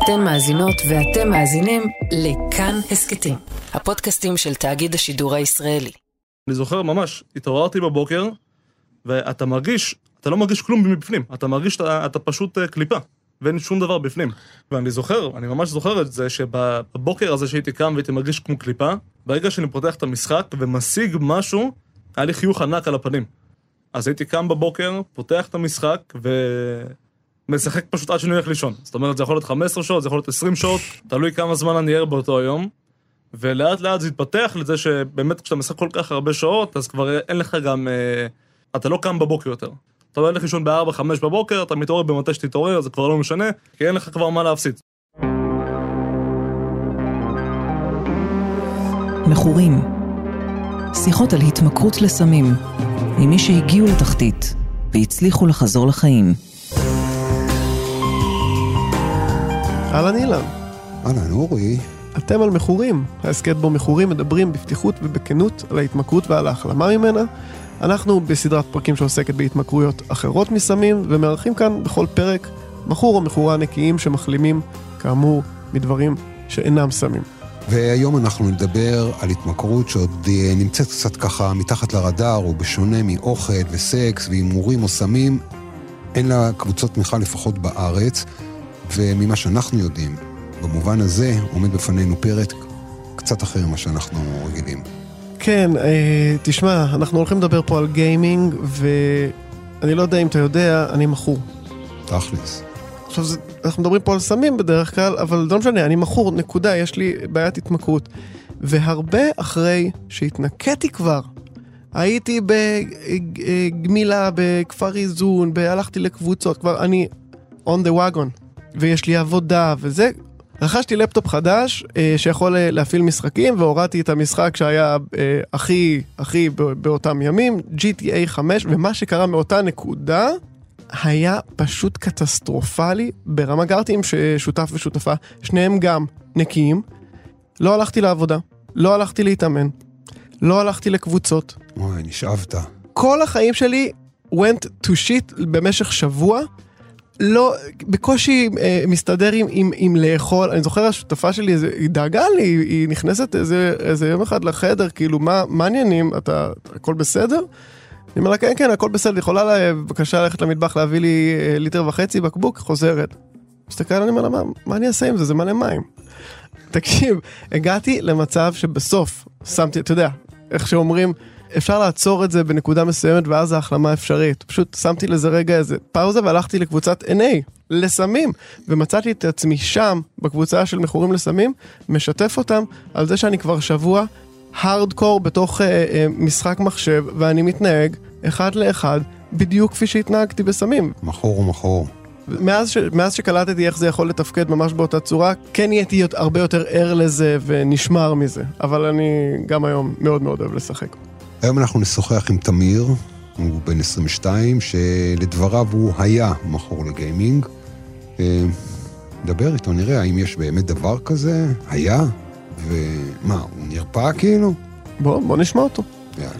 אתן מאזינות ואתם מאזינים לכאן הסקטים, הפודקאסטים של תאגיד השידור הישראלי. אני זוכר ממש, התעוררתי בבוקר, ואתה מרגיש, אתה לא מרגיש כלום מבפנים, אתה מרגיש, אתה פשוט קליפה, ואין שום דבר בפנים. ואני זוכר, אני ממש זוכר את זה, שבבוקר הזה שהייתי קם והייתי מרגיש כמו קליפה, ברגע שאני פותח את המשחק ומשיג משהו, היה לי חיוך ענק על הפנים. אז הייתי קם בבוקר, פותח את המשחק, ומשחק פשוט עד שאני הולך לישון. זאת אומרת, זה יכול להיות 15 שעות, זה יכול להיות 20 שעות, תלוי כמה זמן אני ער באותו היום. ולאט לאט זה התפתח לזה שבאמת כשאתה משחק כל כך הרבה שעות, אז כבר אין לך גם, אתה לא קם בבוקר יותר. אתה לא הולך לישון ב-4-5 בבוקר, אתה מתעורר במתי שתתעורר, זה כבר לא משנה, כי אין לך כבר מה להפסיד. מכורים. שיחות על התמכרות לסמים, עם מי שהגיעו לתחתית והצליחו לחזור לחיים. אהלן אילן. אהלן אורי. אתם על מכורים. ההסקט בו מכורים מדברים בפתיחות ובכנות על ההתמכרות ועל ההחלמה ממנה. אנחנו בסדרת פרקים שעוסקת בהתמכרויות אחרות מסמים, ומארחים כאן בכל פרק מכור או מכורה נקיים שמחלימים, כאמור, מדברים שאינם סמים. והיום אנחנו נדבר על התמכרות שעוד נמצאת קצת ככה מתחת לרדאר, ובשונה מאוכל וסקס והימורים או סמים, אין לה קבוצות תמיכה לפחות בארץ, וממה שאנחנו יודעים, במובן הזה עומד בפנינו פרק קצת אחר ממה שאנחנו רגילים. כן, תשמע, אנחנו הולכים לדבר פה על גיימינג, ואני לא יודע אם אתה יודע, אני מכור. תכלס. עכשיו, אנחנו מדברים פה על סמים בדרך כלל, אבל לא משנה, אני מכור, נקודה, יש לי בעיית התמכרות. והרבה אחרי שהתנקתי כבר, הייתי בגמילה, בכפר איזון, הלכתי לקבוצות, כבר אני on the wagon, ויש לי עבודה, וזה... רכשתי לפטופ חדש שיכול להפעיל משחקים, והורדתי את המשחק שהיה הכי באותם ימים, GTA 5, ומה שקרה מאותה נקודה היה פשוט קטסטרופלי ברמה. גרתי עם שותף ושותפה, שניהם גם נקיים, לא הלכתי לעבודה, לא הלכתי להתאמן, לא הלכתי לקבוצות. וואי, נשאבת. כל החיים שלי went to shit במשך שבוע, לא, בקושי מסתדר עם לאכול. אני זוכר השותפה שלי, היא דאגה לי, היא נכנסת איזה יום אחד לחדר, כאילו, מה עניינים? הכל בסדר? אני אומר לה, כן, הכל בסדר, יכולה בבקשה ללכת למטבח, להביא לי 1.5 ליטר בקבוק, חוזרת. מסתכל, אני אומר לה, מה אני אעשה עם זה? זה מלא מים. תקשיב, הגעתי למצב שבסוף שמתי, אתה יודע, איך שאומרים, אפשר לעצור את זה בנקודה מסוימת, ואז ההחלמה אפשרית. פשוט שמתי לזה רגע איזה פאוזה, והלכתי לקבוצת NA, לסמים, ומצאתי את עצמי שם, בקבוצה של מכורים לסמים, משתף אותם על זה שאני כבר שבוע הארדקור בתוך משחק מחשב, ואני מתנהג אחד לאחד, בדיוק כפי שהתנהגתי בסמים. מכור. מאז שקלטתי איך זה יכול לתפקד ממש באותה צורה, כן נהייתי הרבה יותר ער לזה ונשמר מזה, אבל אני גם היום מאוד מאוד אוהב לשחק. היום אנחנו נשוחח עם תמיר, הוא בן 22, שלדבריו הוא היה מכור לגיימינג. נדבר איתו, נראה האם יש באמת דבר כזה, היה, ומה, הוא נרפא כאילו? בוא נשמע אותו. יאללה.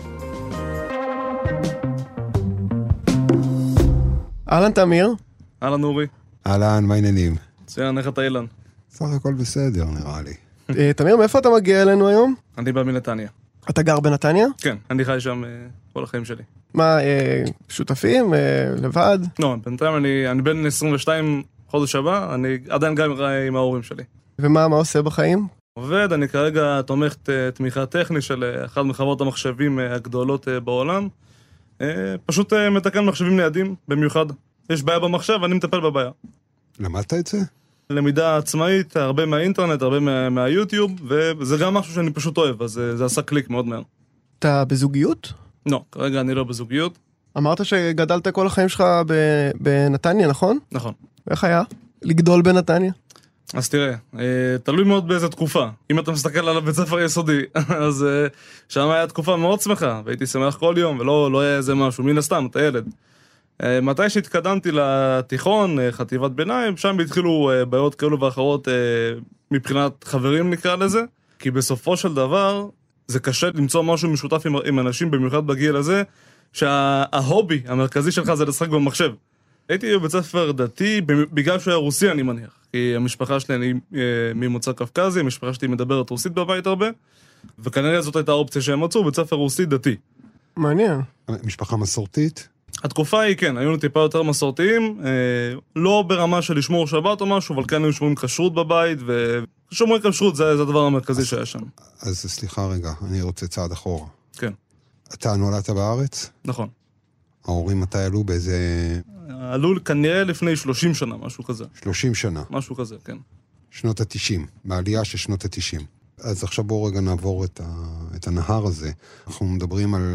אהלן תמיר. אהלן אורי. אהלן, מה העניינים? מצוין, איך אתה אילן? סך הכל בסדר, נראה לי. תמיר, מאיפה אתה מגיע אלינו היום? אני בא מנתניה. אתה גר בנתניה? כן, אני חי שם כל החיים שלי. מה, שותפים? לבד? לא, בינתיים אני בן 22 חודש הבא, אני עדיין גם עם ההורים שלי. ומה עושה בחיים? עובד, אני כרגע תומך תמיכה טכנית של אחת מחברות המחשבים הגדולות בעולם. פשוט מתקן מחשבים לידים, במיוחד. יש בעיה במחשב, אני מטפל בבעיה. למדת את זה? למידה עצמאית, הרבה מהאינטרנט, הרבה מהיוטיוב, וזה גם משהו שאני פשוט אוהב, אז זה עשה קליק מאוד מהר. אתה בזוגיות? לא, כרגע אני לא בזוגיות. אמרת שגדלת כל החיים שלך בנתניה, נכון? נכון. איך היה? לגדול בנתניה? אז תראה, תלוי מאוד באיזה תקופה. אם אתה מסתכל על בית ספר יסודי, אז שם היה תקופה מאוד שמחה, והייתי שמח כל יום, ולא היה איזה משהו, מן הסתם, אתה ילד. מתי שהתקדמתי לתיכון, חטיבת ביניים, שם התחילו בעיות כאלו ואחרות מבחינת חברים נקרא לזה, כי בסופו של דבר זה קשה למצוא משהו משותף עם אנשים, במיוחד בגיל הזה, שההובי המרכזי שלך זה לשחק במחשב. הייתי בבית ספר דתי, בגלל שהוא היה רוסי אני מניח, כי המשפחה שלי היא ממוצא קפקזי, המשפחה שלי מדברת רוסית בבית הרבה, וכנראה זאת הייתה האופציה שהם מצאו, בית ספר רוסי דתי. מעניין. משפחה מסורתית? התקופה היא כן, היו טיפה יותר מסורתיים, לא ברמה של לשמור שבת או משהו, אבל כן היו שומרים כשרות בבית, ושומרים כשרות זה הדבר המרכזי שהיה שם. אז סליחה רגע, אני רוצה צעד אחורה. כן. אתה נולדת בארץ? נכון. ההורים מתי עלו באיזה... עלו כנראה לפני 30 שנה, משהו כזה. 30 שנה. משהו כזה, כן. שנות ה-90, בעלייה של שנות ה-90. אז עכשיו בואו רגע נעבור את הנהר הזה. אנחנו מדברים על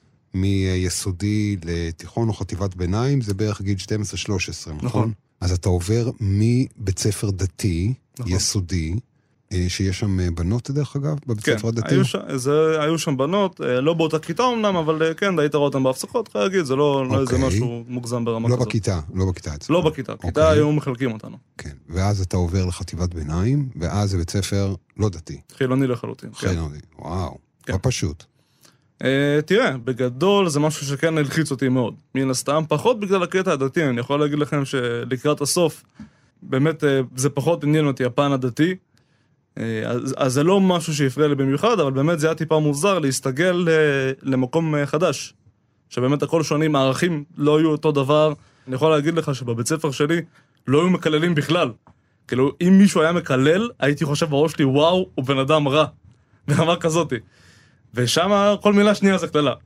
מיסודי לתיכון או חטיבת ביניים, זה בערך גיל 12-13, נכון? אז אתה עובר מבית ספר דתי, נכון. יסודי, שיש שם בנות דרך אגב, בבית ספר הדתי? כן, היו שם בנות, לא באותה כיתה אמנם, אבל כן, היית רואה אותם בהפסקות, חייב להגיד, זה לא איזה משהו מוגזם ברמה כזאת. לא בכיתה אצלנו. לא בכיתה, כיתה היו מחלקים אותנו. כן, ואז אתה עובר לחטיבת ביניים, ואז זה בית ספר לא דתי. חילוני לחלוטין. חילוני, וואו, לא פשוט. תראה, בגדול זה משהו שכן הלחיץ אותי מאוד. מן הסתם, פחות בגלל הקטע הדתי, אני יכול להגיד לכם שלקראת הסוף, באמת זה פחות עניין אותי הפן הדתי, אז זה לא משהו שיפריע לי במיוחד, אבל באמת זה היה טיפה מוזר להסתגל למקום חדש, שבאמת הכל שונים, הערכים לא היו אותו דבר. אני יכול להגיד לך שבבית ספר שלי לא היו מקללים בכלל. כאילו, אם מישהו היה מקלל, הייתי חושב בראש שלי, וואו, הוא בן אדם רע. ברמה כזאתי. ושם כל מילה שנייה זה קללה.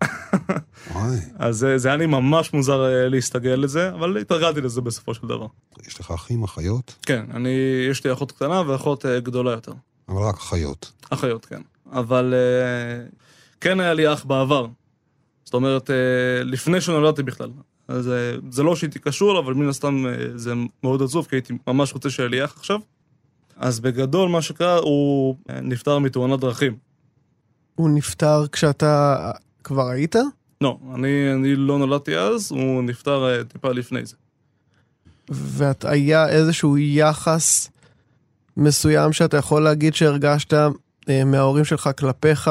אז זה היה לי ממש מוזר להסתגל לזה, אבל התרגלתי לזה בסופו של דבר. יש לך אחים, אחיות? כן, יש לי אחות קטנה ואחות גדולה יותר. אבל רק אחיות. אחיות, כן. אבל כן היה לי אח בעבר. זאת אומרת, לפני שנולדתי בכלל. אז זה לא שהייתי קשור, אבל מן הסתם זה מאוד עצוב, כי הייתי ממש רוצה שיהיה לי אח עכשיו. אז בגדול מה שקרה, הוא נפטר מתאונת דרכים. הוא נפטר כשאתה כבר היית? לא, אני לא נולדתי אז, הוא נפטר טיפה לפני זה. והיה איזשהו יחס מסוים שאתה יכול להגיד שהרגשת מההורים שלך כלפיך,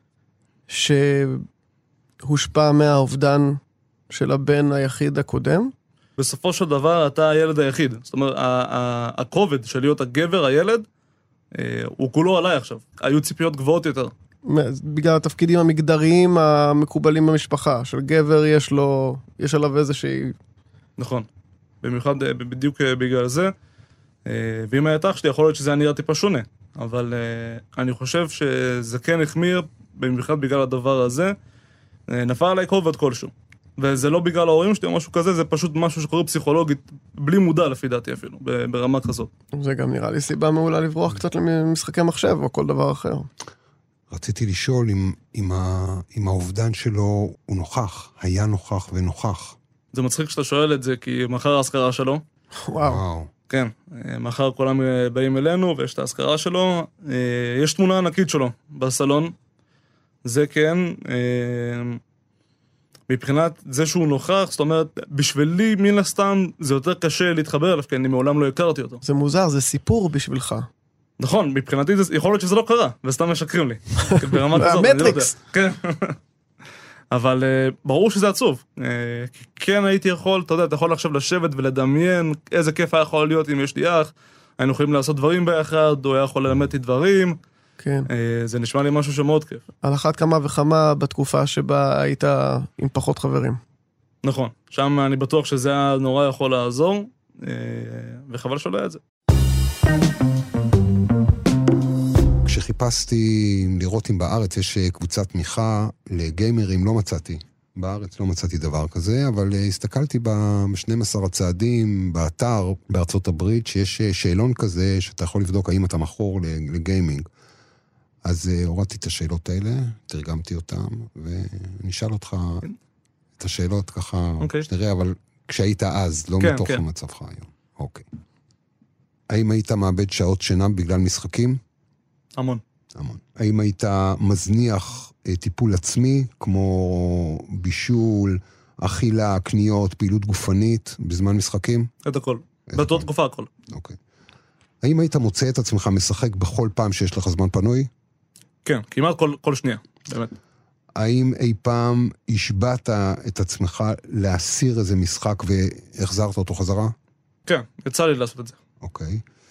שהושפע מהאובדן של הבן היחיד הקודם? בסופו של דבר אתה הילד היחיד. זאת אומרת, הכובד של להיות הגבר, הילד, הוא כולו עליי עכשיו. היו ציפיות גבוהות יותר. בגלל התפקידים המגדריים המקובלים במשפחה, של גבר יש עליו איזושהי... נכון. במיוחד בדיוק בגלל זה. ואם היה אח שלי, יכול להיות שזה היה נראה טיפה שונה. אבל אני חושב שזה כן החמיר, במיוחד בגלל הדבר הזה. נפל עליי כובד כלשהו. וזה לא בגלל ההורים שלי או משהו כזה, זה פשוט משהו שקורה פסיכולוגית, בלי מודע לפי דעתי אפילו, ברמה כזאת. זה גם נראה לי סיבה מעולה לברוח קצת למשחקי מחשב או כל דבר אחר. רציתי לשאול אם האובדן שלו הוא נוכח, היה נוכח ונוכח. זה מצחיק שאתה שואל את זה, כי מחר ההזכרה שלו. וואו. כן, מחר כולם באים אלינו ויש את ההזכרה שלו. יש תמונה ענקית שלו בסלון. זה כן, מבחינת זה שהוא נוכח, זאת אומרת, בשבילי מן הסתם זה יותר קשה להתחבר אליו, כי אני מעולם לא הכרתי אותו. זה מוזר, זה סיפור בשבילך. נכון, מבחינתי יכול להיות שזה לא קרה, וסתם משקרים לי. ברמת הזאת, אני לא יודע. כן. אבל ברור שזה עצוב. כן הייתי יכול, אתה יודע, אתה יכול עכשיו לשבת ולדמיין איזה כיף היה יכול להיות אם יש לי אח, היינו יכולים לעשות דברים ביחד, הוא היה יכול ללמד לי דברים. כן. זה נשמע לי משהו שמאוד כיף. על אחת כמה וכמה בתקופה שבה היית עם פחות חברים. נכון. שם אני בטוח שזה היה נורא יכול לעזור, וחבל שלא היה את זה. כשחיפשתי לראות אם בארץ יש קבוצת תמיכה לגיימרים, לא מצאתי. בארץ לא מצאתי דבר כזה, אבל הסתכלתי ב-12 הצעדים באתר בארצות הברית, שיש שאלון כזה שאתה יכול לבדוק האם אתה מכור לגיימינג. אז הורדתי את השאלות האלה, תרגמתי אותן, ונשאל אותך את השאלות ככה, שנראה, אבל כשהיית אז, לא מתוך המצבך היום. אוקיי. האם היית מאבד שעות שינה בגלל משחקים? המון. המון. האם היית מזניח טיפול עצמי, כמו בישול, אכילה, קניות, פעילות גופנית, בזמן משחקים? את הכל. באותה תקופה הכל. אוקיי. האם היית מוצא את עצמך משחק בכל פעם שיש לך זמן פנוי? כן, כמעט כל שנייה, באמת. האם אי פעם השבעת את עצמך להסיר איזה משחק והחזרת אותו חזרה? כן, יצא לי לעשות את זה. אוקיי.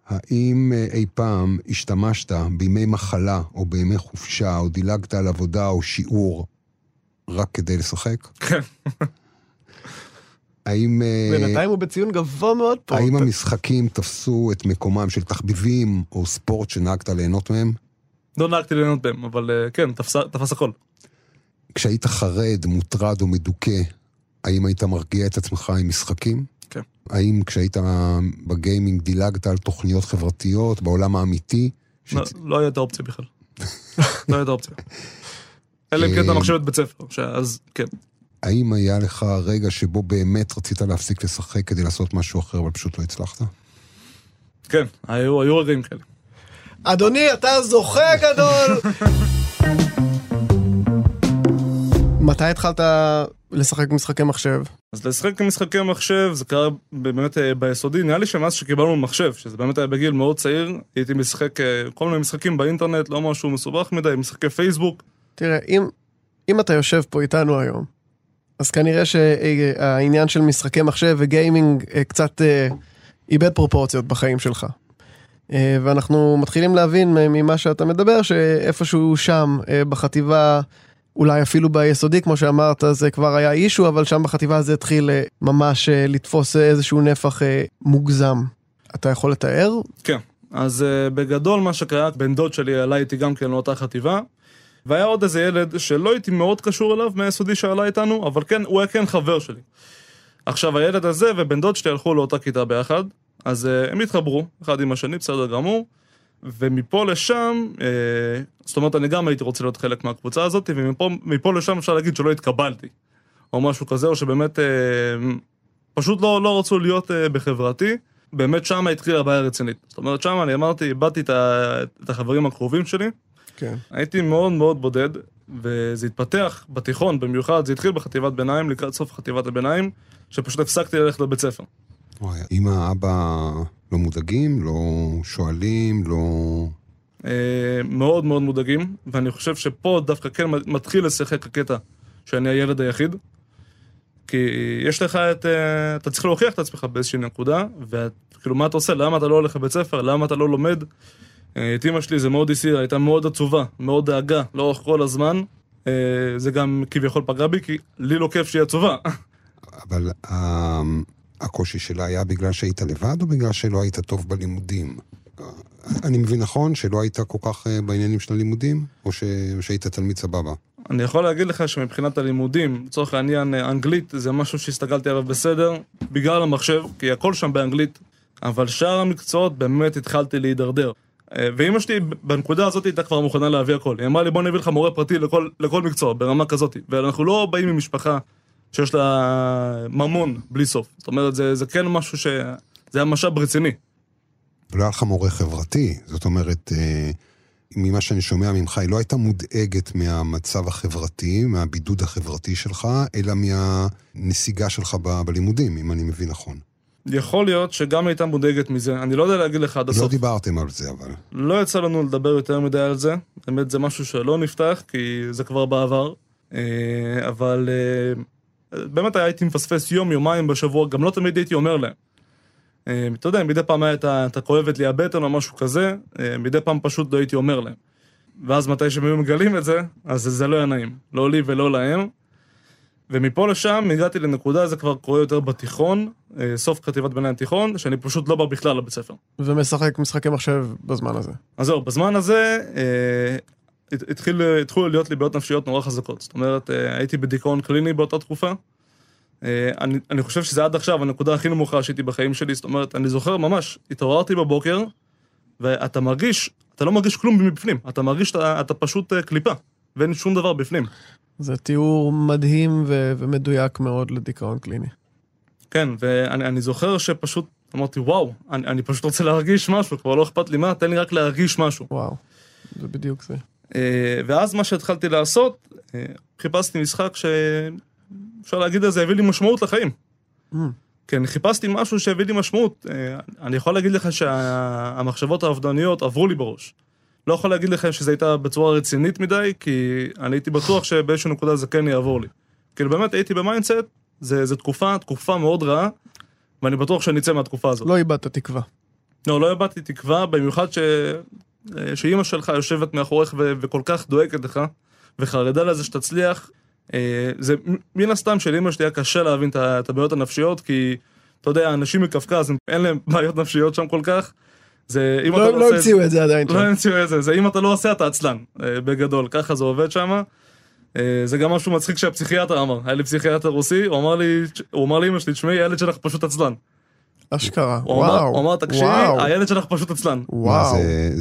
האם אי פעם השתמשת בימי מחלה או בימי חופשה, או דילגת על עבודה או שיעור, רק כדי לשחק? כן. האם... בינתיים הוא בציון גבוה מאוד פה. האם המשחקים תפסו את מקומם של תחביבים או ספורט שנהגת ליהנות מהם? לא נהגתי ליהנות בהם, אבל כן, תפס הכל. כשהיית חרד, מוטרד או מדוכא, האם היית מרגיע את עצמך עם משחקים? כן. האם כשהיית בגיימינג דילגת על תוכניות חברתיות בעולם האמיתי? לא הייתה אופציה בכלל. לא הייתה אופציה. אלא אם כן אתה מחשבת בית ספר, אז כן. האם היה לך רגע שבו באמת רצית להפסיק לשחק כדי לעשות משהו אחר, אבל פשוט לא הצלחת? כן, היו רגעים כאלה. אדוני, אתה זוכה גדול! מתי התחלת לשחק משחקי מחשב? אז לשחק משחקי מחשב זה קרה באמת ביסודי, נראה לי שמאז שקיבלנו מחשב, שזה באמת היה בגיל מאוד צעיר, הייתי משחק כל מיני משחקים באינטרנט, לא משהו מסובך מדי, משחקי פייסבוק. תראה, אם אתה יושב פה איתנו היום, אז כנראה שהעניין של משחקי מחשב וגיימינג קצת איבד פרופורציות בחיים שלך. ואנחנו מתחילים להבין ממה שאתה מדבר, שאיפשהו שם בחטיבה, אולי אפילו ביסודי, כמו שאמרת, זה כבר היה אישו, אבל שם בחטיבה זה התחיל ממש לתפוס איזשהו נפח מוגזם. אתה יכול לתאר? כן, אז בגדול מה שקרה, בן דוד שלי עלה איתי גם כן לאותה חטיבה, והיה עוד איזה ילד שלא הייתי מאוד קשור אליו מהיסודי שעלה איתנו, אבל כן, הוא היה כן חבר שלי. עכשיו הילד הזה ובן דוד שלי הלכו לאותה כיתה ביחד, אז הם התחברו, אחד עם השני, בסדר גמור, ומפה לשם, זאת אומרת, אני גם הייתי רוצה להיות חלק מהקבוצה הזאת, ומפה לשם אפשר להגיד שלא התקבלתי, או משהו כזה, או שבאמת פשוט לא רצו להיות בחברתי, באמת שם התחילה הבעיה רצינית. זאת אומרת, שם אני אמרתי, איבדתי את החברים הקרובים שלי, כן. הייתי מאוד מאוד בודד, וזה התפתח בתיכון, במיוחד, זה התחיל בחטיבת ביניים, לקראת סוף חטיבת הביניים, שפשוט הפסקתי ללכת לבית ספר. אמא, אבא לא מודאגים, לא שואלים, לא... מאוד מאוד מודאגים, ואני חושב שפה דווקא כן מתחיל לשחק הקטע שאני הילד היחיד, כי יש לך אתה צריך להוכיח את עצמך באיזושהי נקודה, וכאילו מה אתה עושה? למה אתה לא הולך לבית ספר? למה אתה לא לומד? את אמא שלי זה מאוד הסיר, הייתה מאוד עצובה, מאוד דאגה, לאורך כל הזמן, זה גם כביכול פגע בי, כי לי לא כיף שהיא עצובה. אבל הקושי שלה היה בגלל שהיית לבד, או בגלל שלא היית טוב בלימודים? אני מבין נכון שלא היית כל כך בעניינים של הלימודים, או שהיית תלמיד סבבה? אני יכול להגיד לך שמבחינת הלימודים, לצורך העניין אנגלית, זה משהו שהסתגלתי עליו בסדר, בגלל המחשב, כי הכל שם באנגלית, אבל שאר המקצועות באמת התחלתי להידרדר. ואמא שלי בנקודה הזאת הייתה כבר מוכנה להביא הכל. היא אמרה לי, בוא נביא לך מורה פרטי לכל מקצוע, ברמה כזאת. ואנחנו לא באים ממשפחה שיש לה ממון בלי סוף. זאת אומרת, זה כן משהו זה היה משאב רציני. לא היה לך מורה חברתי, זאת אומרת, ממה שאני שומע ממך, היא לא הייתה מודאגת מהמצב החברתי, מהבידוד החברתי שלך, אלא מהנסיגה שלך בלימודים, אם אני מבין נכון. יכול להיות שגם הייתה מודאגת מזה, אני לא יודע להגיד לך עד הסוף. לא דיברתם על זה, אבל... לא יצא לנו לדבר יותר מדי על זה, באמת זה משהו שלא נפתח, כי זה כבר בעבר, אבל באמת הייתי מפספס יומיים בשבוע, גם לא תמיד הייתי אומר להם. אתה יודע, מדי פעם אתה כואבת לי הבטן או משהו כזה, מדי פעם פשוט לא הייתי אומר להם. ואז מתי שהם היו מגלים את זה, אז זה לא היה נעים, לא לי ולא להם. ומפה לשם הגעתי לנקודה, זה כבר קורה יותר בתיכון, סוף חטיבת ביניים תיכון, שאני פשוט לא בא בכלל לבית ספר. ומשחק משחקי מחשב בזמן הזה. אז זהו, בזמן הזה התחילו להיות לי בעיות נפשיות נורא חזקות. זאת אומרת, הייתי בדיכאון קליני באותה תקופה. אני חושב שזה עד עכשיו הנקודה הכי נמוכה שהייתי בחיים שלי. זאת אומרת, אני זוכר ממש, התעוררתי בבוקר, ואתה לא מרגיש כלום מבפנים. אתה מרגיש, אתה פשוט קליפה, ואין שום דבר בפנים. זה תיאור מדהים ומדויק מאוד לדיכאון קליני. כן, ואני זוכר שפשוט אמרתי, וואו, אני פשוט רוצה להרגיש משהו, כבר לא אכפת לי מה, תן לי רק להרגיש משהו. וואו, זה בדיוק זה. ואז מה שהתחלתי לעשות, חיפשתי משחק שאפשר להגיד את זה, הביא לי משמעות לחיים. כן, חיפשתי משהו שהביא לי משמעות. אני יכול להגיד לך שהמחשבות האובדניות עברו לי בראש. לא יכול להגיד לך שזה הייתה בצורה רצינית מדי, כי אני הייתי בטוח שבאיזשהו נקודה זה כן יעבור לי. כאילו באמת הייתי במיינדסט, זה תקופה מאוד רעה, ואני בטוח שאני אצא מהתקופה הזאת. לא איבדת תקווה. לא הבאתי תקווה, במיוחד שאמא שלך יושבת מאחורך וכל כך דואגת לך, וחרדה לזה שתצליח. זה מן הסתם של אמא שלי היה קשה להבין את הבעיות הנפשיות, כי אתה יודע, אנשים מקווקז, אין להם בעיות נפשיות שם כל כך. לא המציאו את זה עדיין. לא המציאו את זה, זה אם אתה לא עושה אתה עצלן, בגדול, ככה זה עובד שם. זה גם משהו מצחיק שהפסיכיאטר אמר, היה לי פסיכיאטר רוסי, הוא אמר לי אמא שלי, תשמעי, הילד שלך פשוט עצלן. אשכרה, וואו. הוא אמר, תקשיבי, הילד שלך פשוט עצלן. וואו.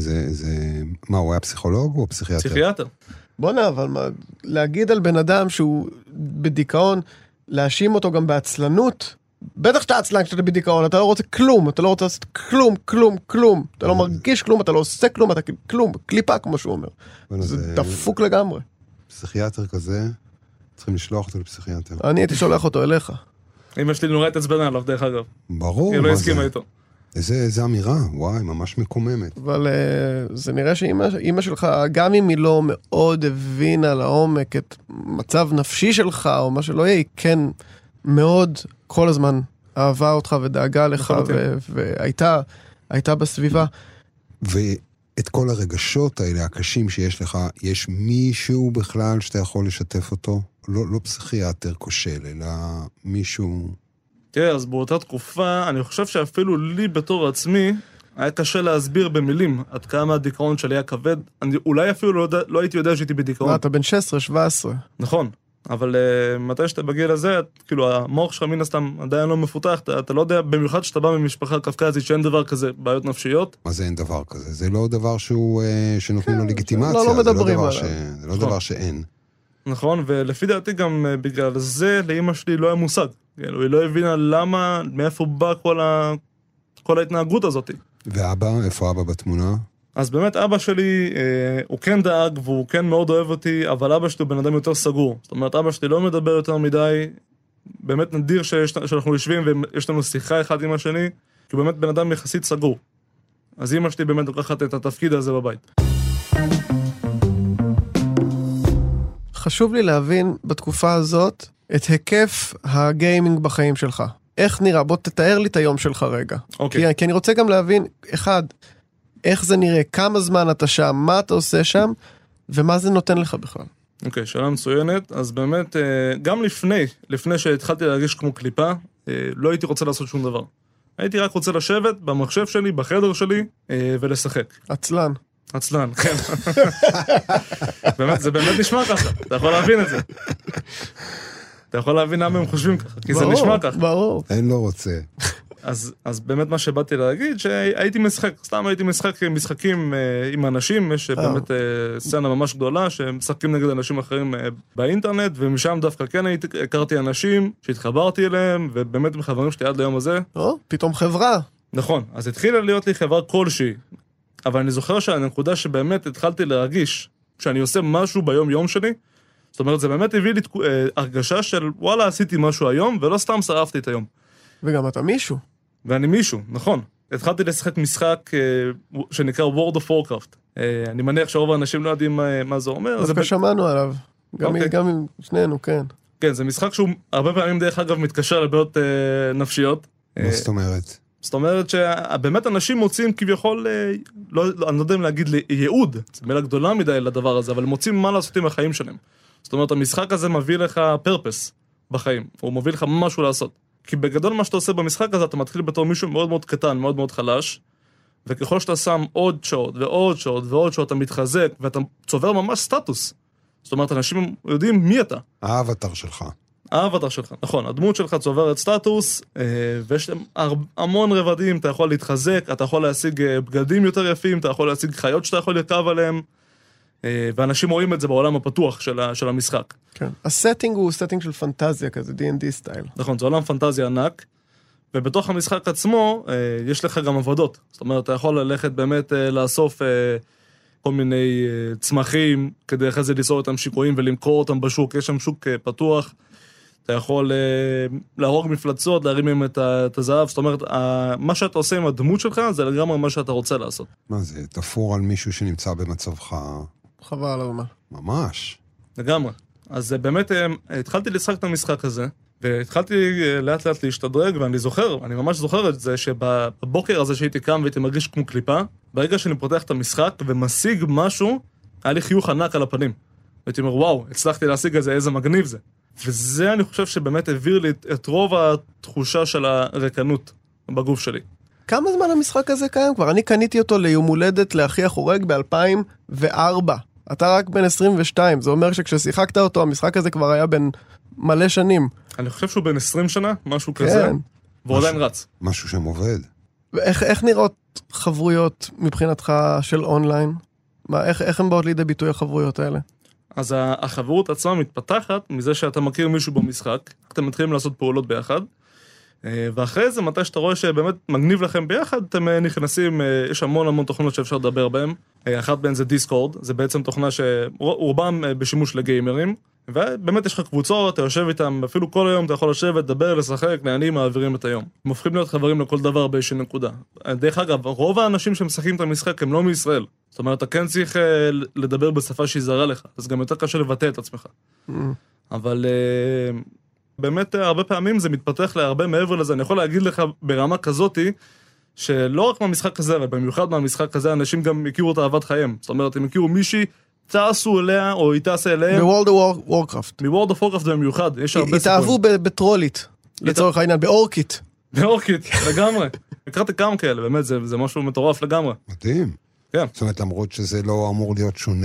מה, הוא היה פסיכולוג או פסיכיאטר? פסיכיאטר. בוא אבל להגיד על בן אדם שהוא בדיכאון, להאשים אותו גם בעצלנות, בטח שאתה עצלן כשאתה בדיכאון, אתה לא רוצה כלום, אתה לא רוצה לעשות כלום, אתה לא מרגיש כלום, אתה לא עושה כלום, אתה כלום, קליפה כמו שהוא אומר. זה דפוק לגמרי. פסיכיאטר כזה, צריכים לשלוח אותו לפסיכיאטר. אני הייתי שולח אותו אליך. אמא שלי נורא התעצבנה עליו, דרך אגב. ברור. היא לא הסכימה איתו. איזה אמירה, וואי, ממש מקוממת. אבל זה נראה שאמא שלך, גם אם היא לא מאוד הבינה לעומק את מצב נפשי שלך, או מה שלא יהיה, היא כן מאוד כל הזמן אהבה אותך ודאגה לך, והייתה בסביבה. ואת כל הרגשות האלה, הקשים שיש לך, יש מישהו בכלל שאתה יכול לשתף אותו? לא פסיכיאטר כושל, אלא מישהו... תראה, אז באותה תקופה, אני חושב שאפילו לי בתור עצמי, היה קשה להסביר במילים עד כמה הדיכאון שלי היה כבד. אולי אפילו לא הייתי יודע שהייתי בדיכאון. אתה בן 16, 17. נכון, אבל מתי שאתה בגיל הזה, כאילו המוח שלך מן הסתם עדיין לא מפותח, אתה לא יודע, במיוחד שאתה בא ממשפחה קווקזית שאין דבר כזה, בעיות נפשיות. מה זה אין דבר כזה? זה לא דבר שנותנים לו לגיטימציה. לא מדברים עליו. זה לא דבר שאין. נכון, ולפי דעתי גם בגלל זה לאמא שלי לא היה מושג. היא לא הבינה למה, מאיפה בא כל ההתנהגות הזאת. ואבא, איפה אבא בתמונה? אז באמת אבא שלי, הוא כן דאג והוא כן מאוד אוהב אותי, אבל אבא שלי הוא בן אדם יותר סגור. זאת אומרת, אבא שלי לא מדבר יותר מדי, באמת נדיר שאנחנו יושבים ויש לנו שיחה אחד עם השני, כי הוא באמת בן אדם יחסית סגור. אז אמא שלי באמת לוקחת את התפקיד הזה בבית. חשוב לי להבין בתקופה הזאת את היקף הגיימינג בחיים שלך. איך נראה? בוא תתאר לי את היום שלך רגע. אוקיי. כי אני רוצה גם להבין, אחד, איך זה נראה, כמה זמן אתה שם, מה אתה עושה שם, ומה זה נותן לך בכלל. אוקיי, שאלה מצוינת. אז באמת, גם לפני שהתחלתי להרגיש כמו קליפה, לא הייתי רוצה לעשות שום דבר. הייתי רק רוצה לשבת במחשב שלי, בחדר שלי, ולשחק. עצלן. עצלן, כן. באמת, זה באמת נשמע ככה. אתה יכול להבין את זה. אתה יכול להבין למה הם חושבים ככה, כי זה נשמע ככה. ברור. אין לא רוצה. אז באמת מה שבאתי להגיד, שהייתי משחק, סתם הייתי משחקים עם אנשים, יש באמת סצנה ממש גדולה, שמשחקים נגד אנשים אחרים באינטרנט, ומשם דווקא כן הכרתי אנשים, שהתחברתי אליהם, ובאמת מחברים שלי עד ליום הזה. פתאום חברה. נכון, אז התחילה להיות לי חברה כלשהי, אבל אני זוכר שהנקודה שבאמת התחלתי להרגיש, שאני עושה משהו ביום יום שלי, זאת אומרת, זה באמת הביא לי הרגשה של, וואלה, עשיתי משהו היום, ולא סתם שרפתי את היום. וגם אתה מישהו. ואני מישהו, נכון. התחלתי לשחק משחק שנקרא World of Warcraft. אני מניח שרוב האנשים לא יודעים מה זה אומר. דווקא שמענו עליו. גם עם שנינו, כן. כן, זה משחק שהוא הרבה פעמים דרך אגב מתקשר לבעיות נפשיות. מה זאת אומרת? זאת אומרת שבאמת אנשים מוצאים כביכול, אני לא יודע אם להגיד ייעוד, זו מילה גדולה מדי לדבר הזה, אבל מוצאים מה לעשות עם החיים שלהם. זאת אומרת, המשחק הזה מביא לך פרפס בחיים, הוא מביא לך משהו לעשות. כי בגדול מה שאתה עושה במשחק הזה, אתה מתחיל בתור מישהו מאוד מאוד קטן, מאוד מאוד חלש, וככל שאתה שם עוד שעות ועוד שעות ועוד שעות, אתה מתחזק, ואתה צובר ממש סטטוס. זאת אומרת, אנשים יודעים מי אתה. האבטר שלך. האבטר שלך, נכון. הדמות שלך צוברת סטטוס, ויש המון רבדים, אתה יכול להתחזק, אתה יכול להשיג בגדים יותר יפים, אתה יכול להשיג חיות שאתה יכול לרכב עליהם, ואנשים רואים את זה בעולם הפתוח של המשחק. כן. הסטינג הוא סטינג של פנטזיה כזה, D&D סטייל. נכון, זה עולם פנטזיה ענק, ובתוך המשחק עצמו יש לך גם עבודות. זאת אומרת, אתה יכול ללכת באמת לאסוף כל מיני צמחים, כדי אחרי זה ליצור אותם שיקויים ולמכור אותם בשוק, יש שם שוק פתוח, אתה יכול להרוג מפלצות, להרים מהם את הזהב, זאת אומרת, מה שאתה עושה עם הדמות שלך, זה לגמרי מה שאתה רוצה לעשות. מה זה, תפור על מישהו שנמצא במצבך? חבל על מה. ממש. לגמרי. אז באמת התחלתי לשחק את המשחק הזה, והתחלתי לאט לאט להשתדרג, ואני זוכר, אני ממש זוכר את זה, שבבוקר הזה שהייתי קם והייתי מרגיש כמו קליפה, ברגע שאני פותח את המשחק ומשיג משהו, היה לי חיוך ענק על הפנים. והייתי אומר, וואו, הצלחתי להשיג את זה, איזה מגניב זה. וזה אני חושב שבאמת העביר לי את רוב התחושה של הריקנות בגוף שלי. כמה זמן המשחק הזה קיים כבר? אני קניתי אותו ליום הולדת לאחי החורג ב-2004. אתה רק בן 22, זה אומר שכששיחקת אותו, המשחק הזה כבר היה בן מלא שנים. אני חושב שהוא בן 20 שנה, משהו כזה, והוא עדיין רץ. משהו שם עובד. איך נראות חברויות מבחינתך של אונליין? איך הן באות לידי ביטוי החברויות האלה? אז החברות עצמה מתפתחת מזה שאתה מכיר מישהו במשחק, אתם מתחילים לעשות פעולות ביחד, ואחרי זה, מתי שאתה רואה שבאמת מגניב לכם ביחד, אתם נכנסים, יש המון תוכנות שאפשר לדבר בהן, אחת בהן זה דיסקורד, זה בעצם תוכנה שרובם בשימוש לגיימרים, ובאמת יש לך קבוצות, אתה יושב איתם, אפילו כל היום אתה יכול לשבת, לדבר, לשחק, נהנים, מעבירים את היום. הם הופכים להיות חברים לכל דבר באיזושהי נקודה. דרך אגב, רוב האנשים שמשחקים את המשחק הם לא מישראל. זאת אומרת, אתה כן צריך לדבר בשפה שהיא זרה לך, אז גם יותר קשה לבטא את עצמך. אבל באמת הרבה פעמים זה מתפתח להרבה מעבר לזה. אני יכול להגיד לך ברמה כזאתי, שלא רק מהמשחק הזה, אבל במיוחד מהמשחק הזה, אנשים גם הכירו את אהבת חיים. זאת אומרת, הם הכירו מישהי, טסו אליה, או היא טסה אליהם. בוורלד אוף וורקראפט. בוורלד אוף וורקראפט במיוחד, יש הרבה סיפורים. התאהבו בטרולית, לצורך העניין, באורקית. באורקית, לגמרי. הכרתי כמה כאלה, באמת, זה משהו מטורף לגמרי. מדהים. כן. זאת אומרת, למרות שזה לא אמור להיות שונה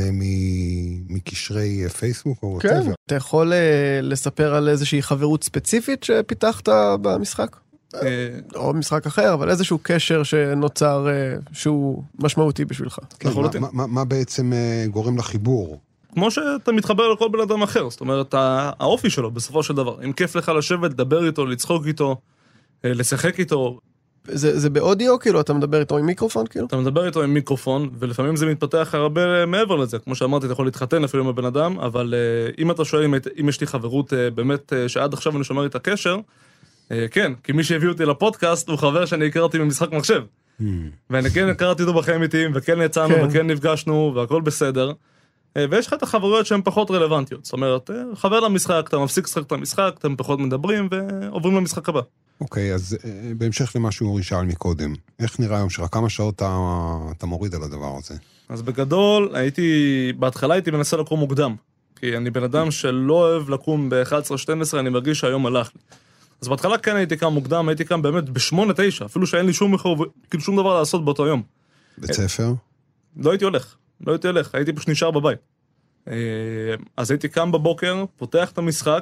מקשרי פייסבוק או כן. whatever. אתה יכול לספר על איזושהי חברות ספציפית שפיתחת במשחק? או משחק אחר, אבל איזשהו קשר שנוצר שהוא משמעותי בשבילך. כן, מה בעצם גורם לחיבור? כמו שאתה מתחבר לכל בן אדם אחר, זאת אומרת, האופי שלו בסופו של דבר. אם כיף לך לשבת, לדבר איתו, לצחוק איתו, לשחק איתו. זה באודיו, כאילו? אתה מדבר איתו עם מיקרופון, כאילו? אתה מדבר איתו עם מיקרופון, ולפעמים זה מתפתח הרבה מעבר לזה. כמו שאמרתי, אתה יכול להתחתן אפילו עם הבן אדם, אבל אם אתה שואל אם יש לי חברות באמת שעד עכשיו אני שומר את הקשר, כן, כי מי שהביא אותי לפודקאסט הוא חבר שאני הכרתי ממשחק מחשב. ואני כן הכרתי אותו בחיים איתיים, וכן יצאנו וכן נפגשנו, והכל בסדר. ויש לך את החברויות שהן פחות רלוונטיות. זאת אומרת, חבר למשחק, אתה מפסיק לשחק את המשחק, אתם פחות מדברים ועוברים למשחק הבא. אוקיי, אז בהמשך למה שהוא שאל מקודם, איך נראה היום שלך? כמה שעות אתה מוריד על הדבר הזה? אז בגדול, בהתחלה הייתי מנסה לקום מוקדם, כי אני בן אדם שלא אוהב לקום ב-11-12, אני מרגיש שהיום הלך לי. אז בהתחלה כן הייתי קם מוקדם, הייתי קם באמת ב-8-9, אפילו שאין לי שום דבר לעשות באותו יום. בית ספר? לא הייתי הולך, הייתי פשוט נשאר בבית. אז הייתי קם בבוקר, פותח את המשחק,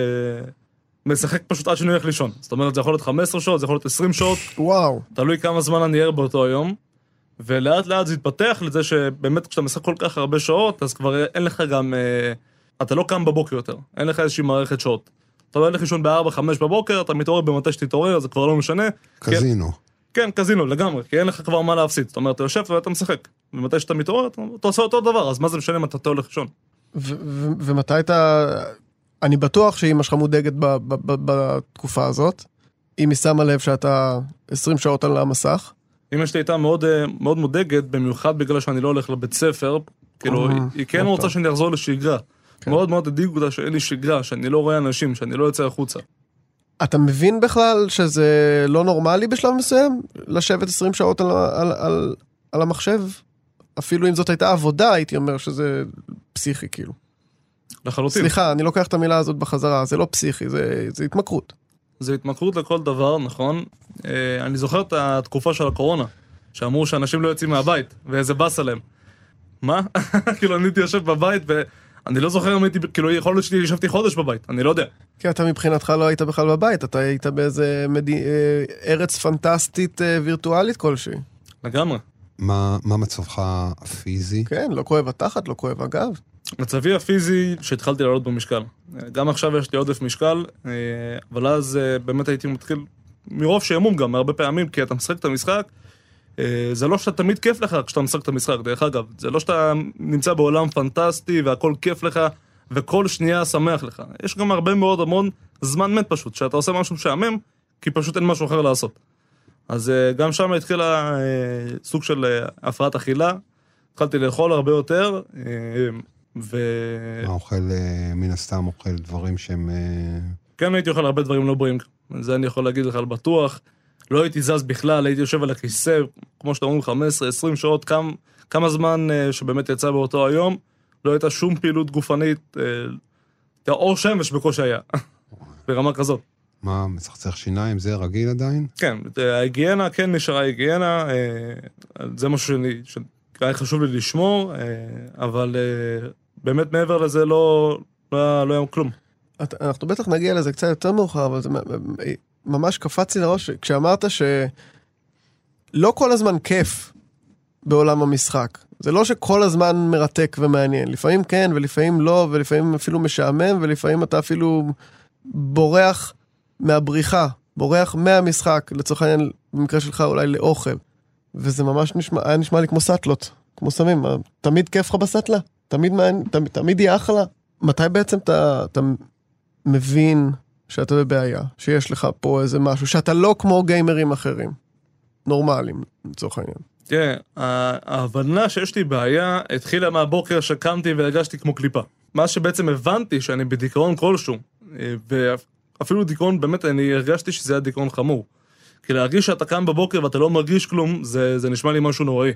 ומשחק פשוט עד שאני הולך לישון. זאת אומרת, זה יכול להיות 15 שעות, זה יכול להיות 20 שעות. וואו. תלוי כמה זמן אני ער באותו היום. ולאט לאט זה התפתח לזה שבאמת כשאתה משחק כל כך הרבה שעות, אז כבר אין לך גם, אתה לא קם בבוקר יותר, אין לך איזושהי מערכת שעות. אתה הולך לישון ב-4-5 בבוקר, אתה מתעורר במתי שתתעורר, זה כבר לא משנה. קזינו. כן, קזינו, לגמרי, כי אין לך כבר מה להפסיד. זאת אומרת, אתה יושב ואתה משחק. ומתי שאתה מתעורר, אתה עושה אותו דבר, אז מה זה משנה אם אתה הולך לישון? ומתי אני בטוח שאמא שלך מודאגת בתקופה הזאת, אם היא שמה לב שאתה 20 שעות על המסך. אמא שלי הייתה מאוד מודאגת, במיוחד בגלל שאני לא הולך לבית ספר, כאילו, היא כן רוצה שאני אחזור לשגרה. מאוד מאוד הדאיג אותה שאין לי שגרה, שאני לא רואה אנשים, שאני לא יוצא החוצה. אתה מבין בכלל שזה לא נורמלי בשלב מסוים? לשבת 20 שעות על המחשב? אפילו אם זאת הייתה עבודה, הייתי אומר שזה פסיכי, כאילו. לחלוטין. סליחה, אני לוקח את המילה הזאת בחזרה, זה לא פסיכי, זה התמכרות. זה התמכרות לכל דבר, נכון? אני זוכר את התקופה של הקורונה, שאמרו שאנשים לא יוצאים מהבית, ואיזה בס עליהם. מה? כאילו, אני הייתי יושב בבית, ואני לא זוכר אם הייתי, כאילו, יכול להיות שלי ישבתי חודש בבית, אני לא יודע. כי אתה מבחינתך לא היית בכלל בבית, אתה היית באיזה ארץ פנטסטית וירטואלית כלשהי. לגמרי. מה מצבך הפיזי? כן, לא כואב התחת, לא כואב הגב. מצבי הפיזי שהתחלתי לעלות במשקל. גם עכשיו יש לי עודף משקל, אבל אז באמת הייתי מתחיל מרוב שעמום גם, הרבה פעמים, כי אתה משחק את המשחק, זה לא שאתה תמיד כיף לך כשאתה משחק את המשחק, דרך אגב, זה לא שאתה נמצא בעולם פנטסטי והכל כיף לך, וכל שנייה שמח לך. יש גם הרבה מאוד המון זמן מת פשוט, שאתה עושה משהו שעמם, כי פשוט אין משהו אחר לעשות. אז גם שם התחילה סוג של הפרעת אכילה, התחלתי לאכול הרבה יותר, מה אוכל, מן הסתם אוכל דברים שהם כן הייתי אוכל הרבה דברים לא בריאים, זה אני יכול להגיד לך על בטוח, לא הייתי זז בכלל, הייתי יושב על הכיסא, כמו שאתה אומרים, 15-20 שעות, כמה זמן שבאמת יצא באותו היום, לא הייתה שום פעילות גופנית, אור שמש בקושי היה, ברמה כזאת. מה, מצחצח שיניים, זה רגיל עדיין? כן, ההיגיינה, כן נשארה ההיגיינה, זה משהו שהיה חשוב לי לשמור, אבל באמת מעבר לזה לא היה כלום. אנחנו בטח נגיע לזה קצת יותר מאוחר, אבל זה ממש קפץ לי לראש, כשאמרת שלא כל הזמן כיף בעולם המשחק. זה לא שכל הזמן מרתק ומעניין. לפעמים כן, ולפעמים לא, ולפעמים אפילו משעמם, ולפעמים אתה אפילו בורח מהבריחה, בורח מהמשחק, לצורך העניין, במקרה שלך אולי לאוכל. וזה ממש היה נשמע לי כמו סטלות, כמו סמים. תמיד כיף לך בסטלה? תמיד יהיה אחלה? מתי בעצם אתה מבין שאתה בבעיה, שיש לך פה איזה משהו, שאתה לא כמו גיימרים אחרים, נורמליים, לצורך העניין? תראה, ההבנה שיש לי בעיה התחילה מהבוקר שקמתי והרגשתי כמו קליפה. מה שבעצם הבנתי שאני בדיכאון כלשהו, ואפילו דיכאון, באמת אני הרגשתי שזה היה דיכאון חמור. כי להרגיש שאתה קם בבוקר ואתה לא מרגיש כלום, זה נשמע לי משהו נוראי.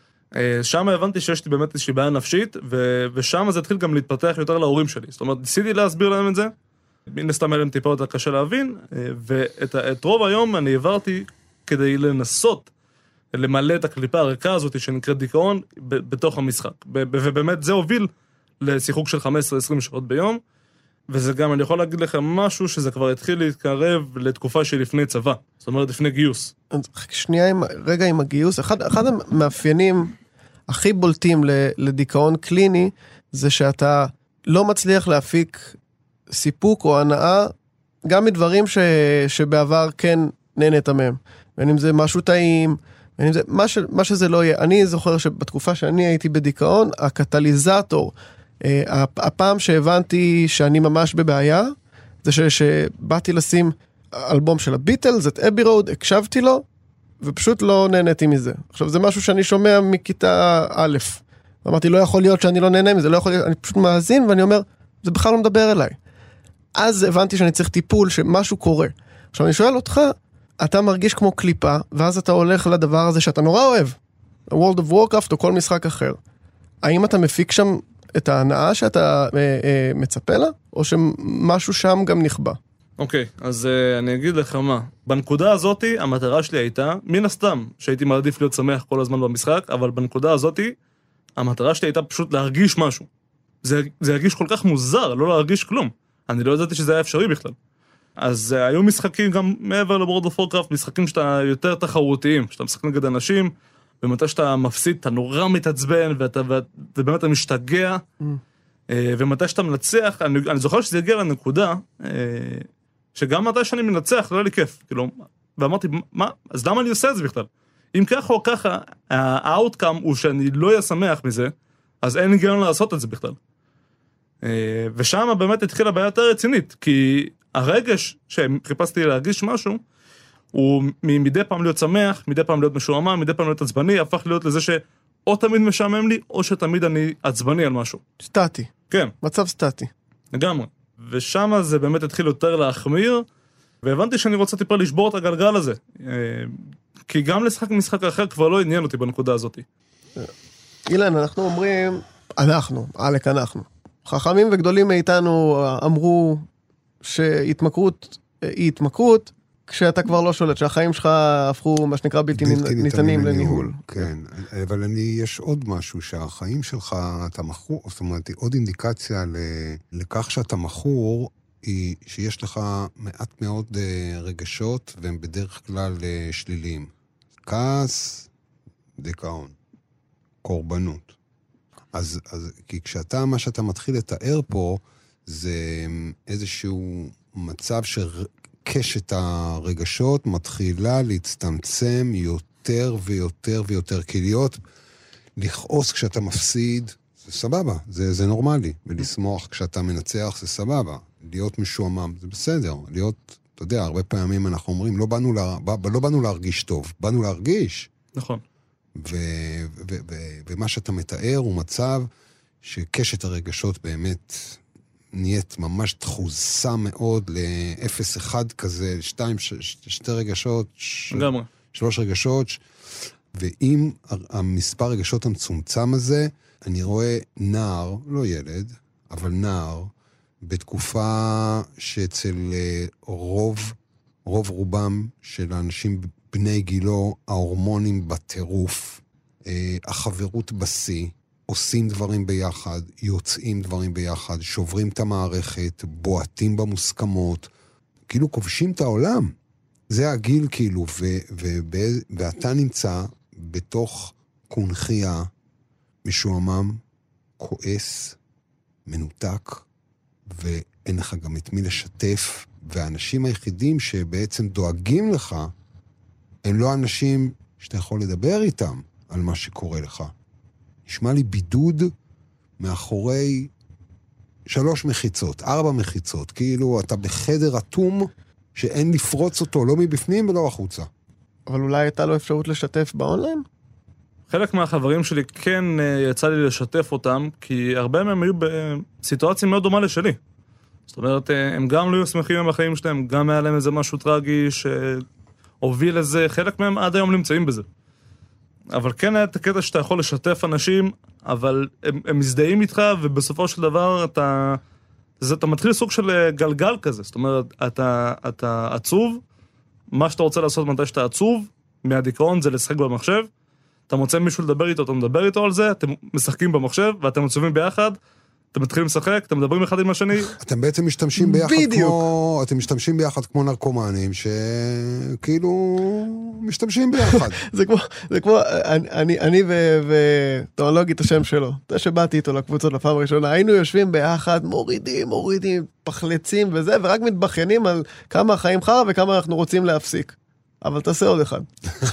שם הבנתי שיש לי באמת איזושהי בעיה נפשית, ושם זה התחיל גם להתפתח יותר להורים שלי. זאת אומרת, ניסיתי להסביר להם את זה, מן הסתם היה להם טיפה יותר קשה להבין, ואת רוב היום אני עברתי כדי לנסות למלא את הקליפה הריקה הזאת שנקראת דיכאון בתוך המשחק. ובאמת זה הוביל לשיחוק של 15-20 שעות ביום, וזה גם, אני יכול להגיד לך משהו שזה כבר התחיל להתקרב לתקופה שלפני צבא, זאת אומרת לפני גיוס. שנייה רגע עם הגיוס, אחד המאפיינים הכי בולטים לדיכאון קליני, זה שאתה לא מצליח להפיק סיפוק או הנאה, גם מדברים שבעבר כן נהנית מהם. בין אם זה משהו טעים, בין אם זה מה שזה לא יהיה. אני זוכר שבתקופה שאני הייתי בדיכאון, הקטליזטור, הפעם שהבנתי שאני ממש בבעיה, זה שבאתי לשים אלבום של הביטלס, את אבי רוד, הקשבתי לו, ופשוט לא נהניתי מזה. עכשיו, זה משהו שאני שומע מכיתה א'. אמרתי, לא יכול להיות שאני לא נהנה מזה, לא יכול להיות, אני פשוט מאזין, ואני אומר, זה בכלל לא מדבר אליי. אז הבנתי שאני צריך טיפול, שמשהו קורה. עכשיו, אני שואל אותך, אתה מרגיש כמו קליפה, ואז אתה הולך לדבר הזה שאתה נורא אוהב, World of Warcraft או כל משחק אחר. האם אתה מפיק שם את ההנאה שאתה מצפה לה, או שמשהו שם גם נכבה? אוקיי, אז אני אגיד לך מה. בנקודה הזאת, המטרה שלי הייתה, מן הסתם, שהייתי מעדיף להיות שמח כל הזמן במשחק, אבל בנקודה הזאת, המטרה שלי הייתה פשוט להרגיש משהו. זה הרגיש כל כך מוזר, לא להרגיש כלום. אני לא ידעתי שזה היה אפשרי בכלל. אז היו משחקים גם מעבר ל-World of Warcraft, משחקים שאתה יותר תחרותיים, שאתה משחק נגד אנשים, ומתי שאתה מפסיד, אתה נורא מתעצבן, ובאמת אתה משתגע, ומתי שאתה מנצח, אני זוכר שזה הגיע לנקודה, שגם מתי שאני מנצח, לא היה לי כיף, כאילו, ואמרתי, מה? אז למה אני עושה את זה בכלל? אם ככה או ככה, האוטקאם הוא שאני לא אהיה שמח מזה, אז אין היגיון לעשות את זה בכלל. ושם באמת התחילה בעיה יותר רצינית, כי הרגש שחיפשתי להרגיש משהו, הוא מדי פעם להיות שמח, מדי פעם להיות משועמם, מדי פעם להיות עצבני, הפך להיות לזה שאו תמיד משעמם לי, או שתמיד אני עצבני על משהו. סטטי. כן. מצב סטטי. לגמרי. ושם זה באמת התחיל יותר להחמיר, והבנתי שאני רוצה טיפה לשבור את הגלגל הזה. כי גם לשחק משחק אחר כבר לא עניין אותי בנקודה הזאת. אילן, אנחנו אומרים, אנחנו. חכמים וגדולים מאיתנו אמרו שהתמכרות היא התמכרות, כשאתה כבר לא שולט, שהחיים שלך הפכו, מה שנקרא, בלתי ניתנים לניהול. כן, אבל יש עוד משהו, שהחיים שלך, אתה מכור, זאת אומרת, עוד אינדיקציה לכך שאתה מכור, היא שיש לך מעט מאוד רגשות, והם בדרך כלל שליליים. כעס, דיכאון, קורבנות. אז כי כשאתה, מה שאתה מתחיל לתאר פה, זה איזשהו מצב קשת הרגשות מתחילה להצטמצם יותר ויותר ויותר, כי לכעוס כשאתה מפסיד, זה סבבה, זה נורמלי, ולשמוח כשאתה מנצח זה סבבה, להיות משועמם זה בסדר, להיות, אתה יודע, הרבה פעמים אנחנו אומרים, לא באנו להרגיש טוב, באנו להרגיש. נכון. ומה שאתה מתאר הוא מצב שקשת הרגשות באמת נהיית ממש תחוסה מאוד ל-0-1 כזה, 2, 2 רגשות, 3 רגשות, ועם המספר רגשות המצומצם הזה, אני רואה נער, לא ילד, אבל נער, בתקופה שאצל רוב רובם של האנשים בני גילו, ההורמונים בטירוף, החברות בשיא, עושים דברים ביחד, יוצאים דברים ביחד, שוברים את המערכת, בועטים במוסכמות, כאילו כובשים את העולם. זה הגיל כאילו, ואתה נמצא בתוך קונחייה, משועמם, כועס, מנותק, ואין לך גם את מי לשתף, והאנשים היחידים שבעצם דואגים לך, הם לא אנשים שאתה יכול לדבר איתם על מה שקורה לך. נשמע לי בידוד מאחורי 3 מחיצות, 4 מחיצות, כאילו אתה בחדר אטום שאין לפרוץ אותו, לא מבפנים ולא החוצה. אבל אולי הייתה לו אפשרות לשתף באונליין? חלק מהחברים שלי כן יצא לי לשתף אותם, כי הרבה מהם היו בסיטואציה מאוד דומה לשלי. זאת אומרת, הם גם לא היו שמחים עם החיים שלהם, גם היה להם איזה משהו טרגי שהוביל לזה, חלק מהם עד היום נמצאים בזה. אבל כן היה את הקטע שאתה יכול לשתף אנשים, אבל הם מזדהים איתך, ובסופו של דבר אתה מתחיל סוג של גלגל כזה. זאת אומרת, אתה עצוב, מה שאתה רוצה לעשות מתי שאתה עצוב, מהדיכאון זה לשחק במחשב, אתה מוצא מישהו לדבר איתו, אתה מדבר איתו על זה, אתם משחקים במחשב, ואתם עצובים ביחד, אתם מתחילים לשחק, אתם מדברים אחד עם השני. אתם בעצם משתמשים ביחד כמו, אתם משתמשים ביחד כמו נרקומנים, שכאילו משתמשים ביחד. זה כמו, אני ואתה לא אגיד את השם שלו, זה שבאתי איתו לקבוצות לפעם ראשונה, היינו יושבים ביחד, מורידים, פחלצים וזה, ורק מתבחיינים על כמה החיים חרא וכמה אנחנו רוצים להפסיק. אבל תעשה עוד אחד.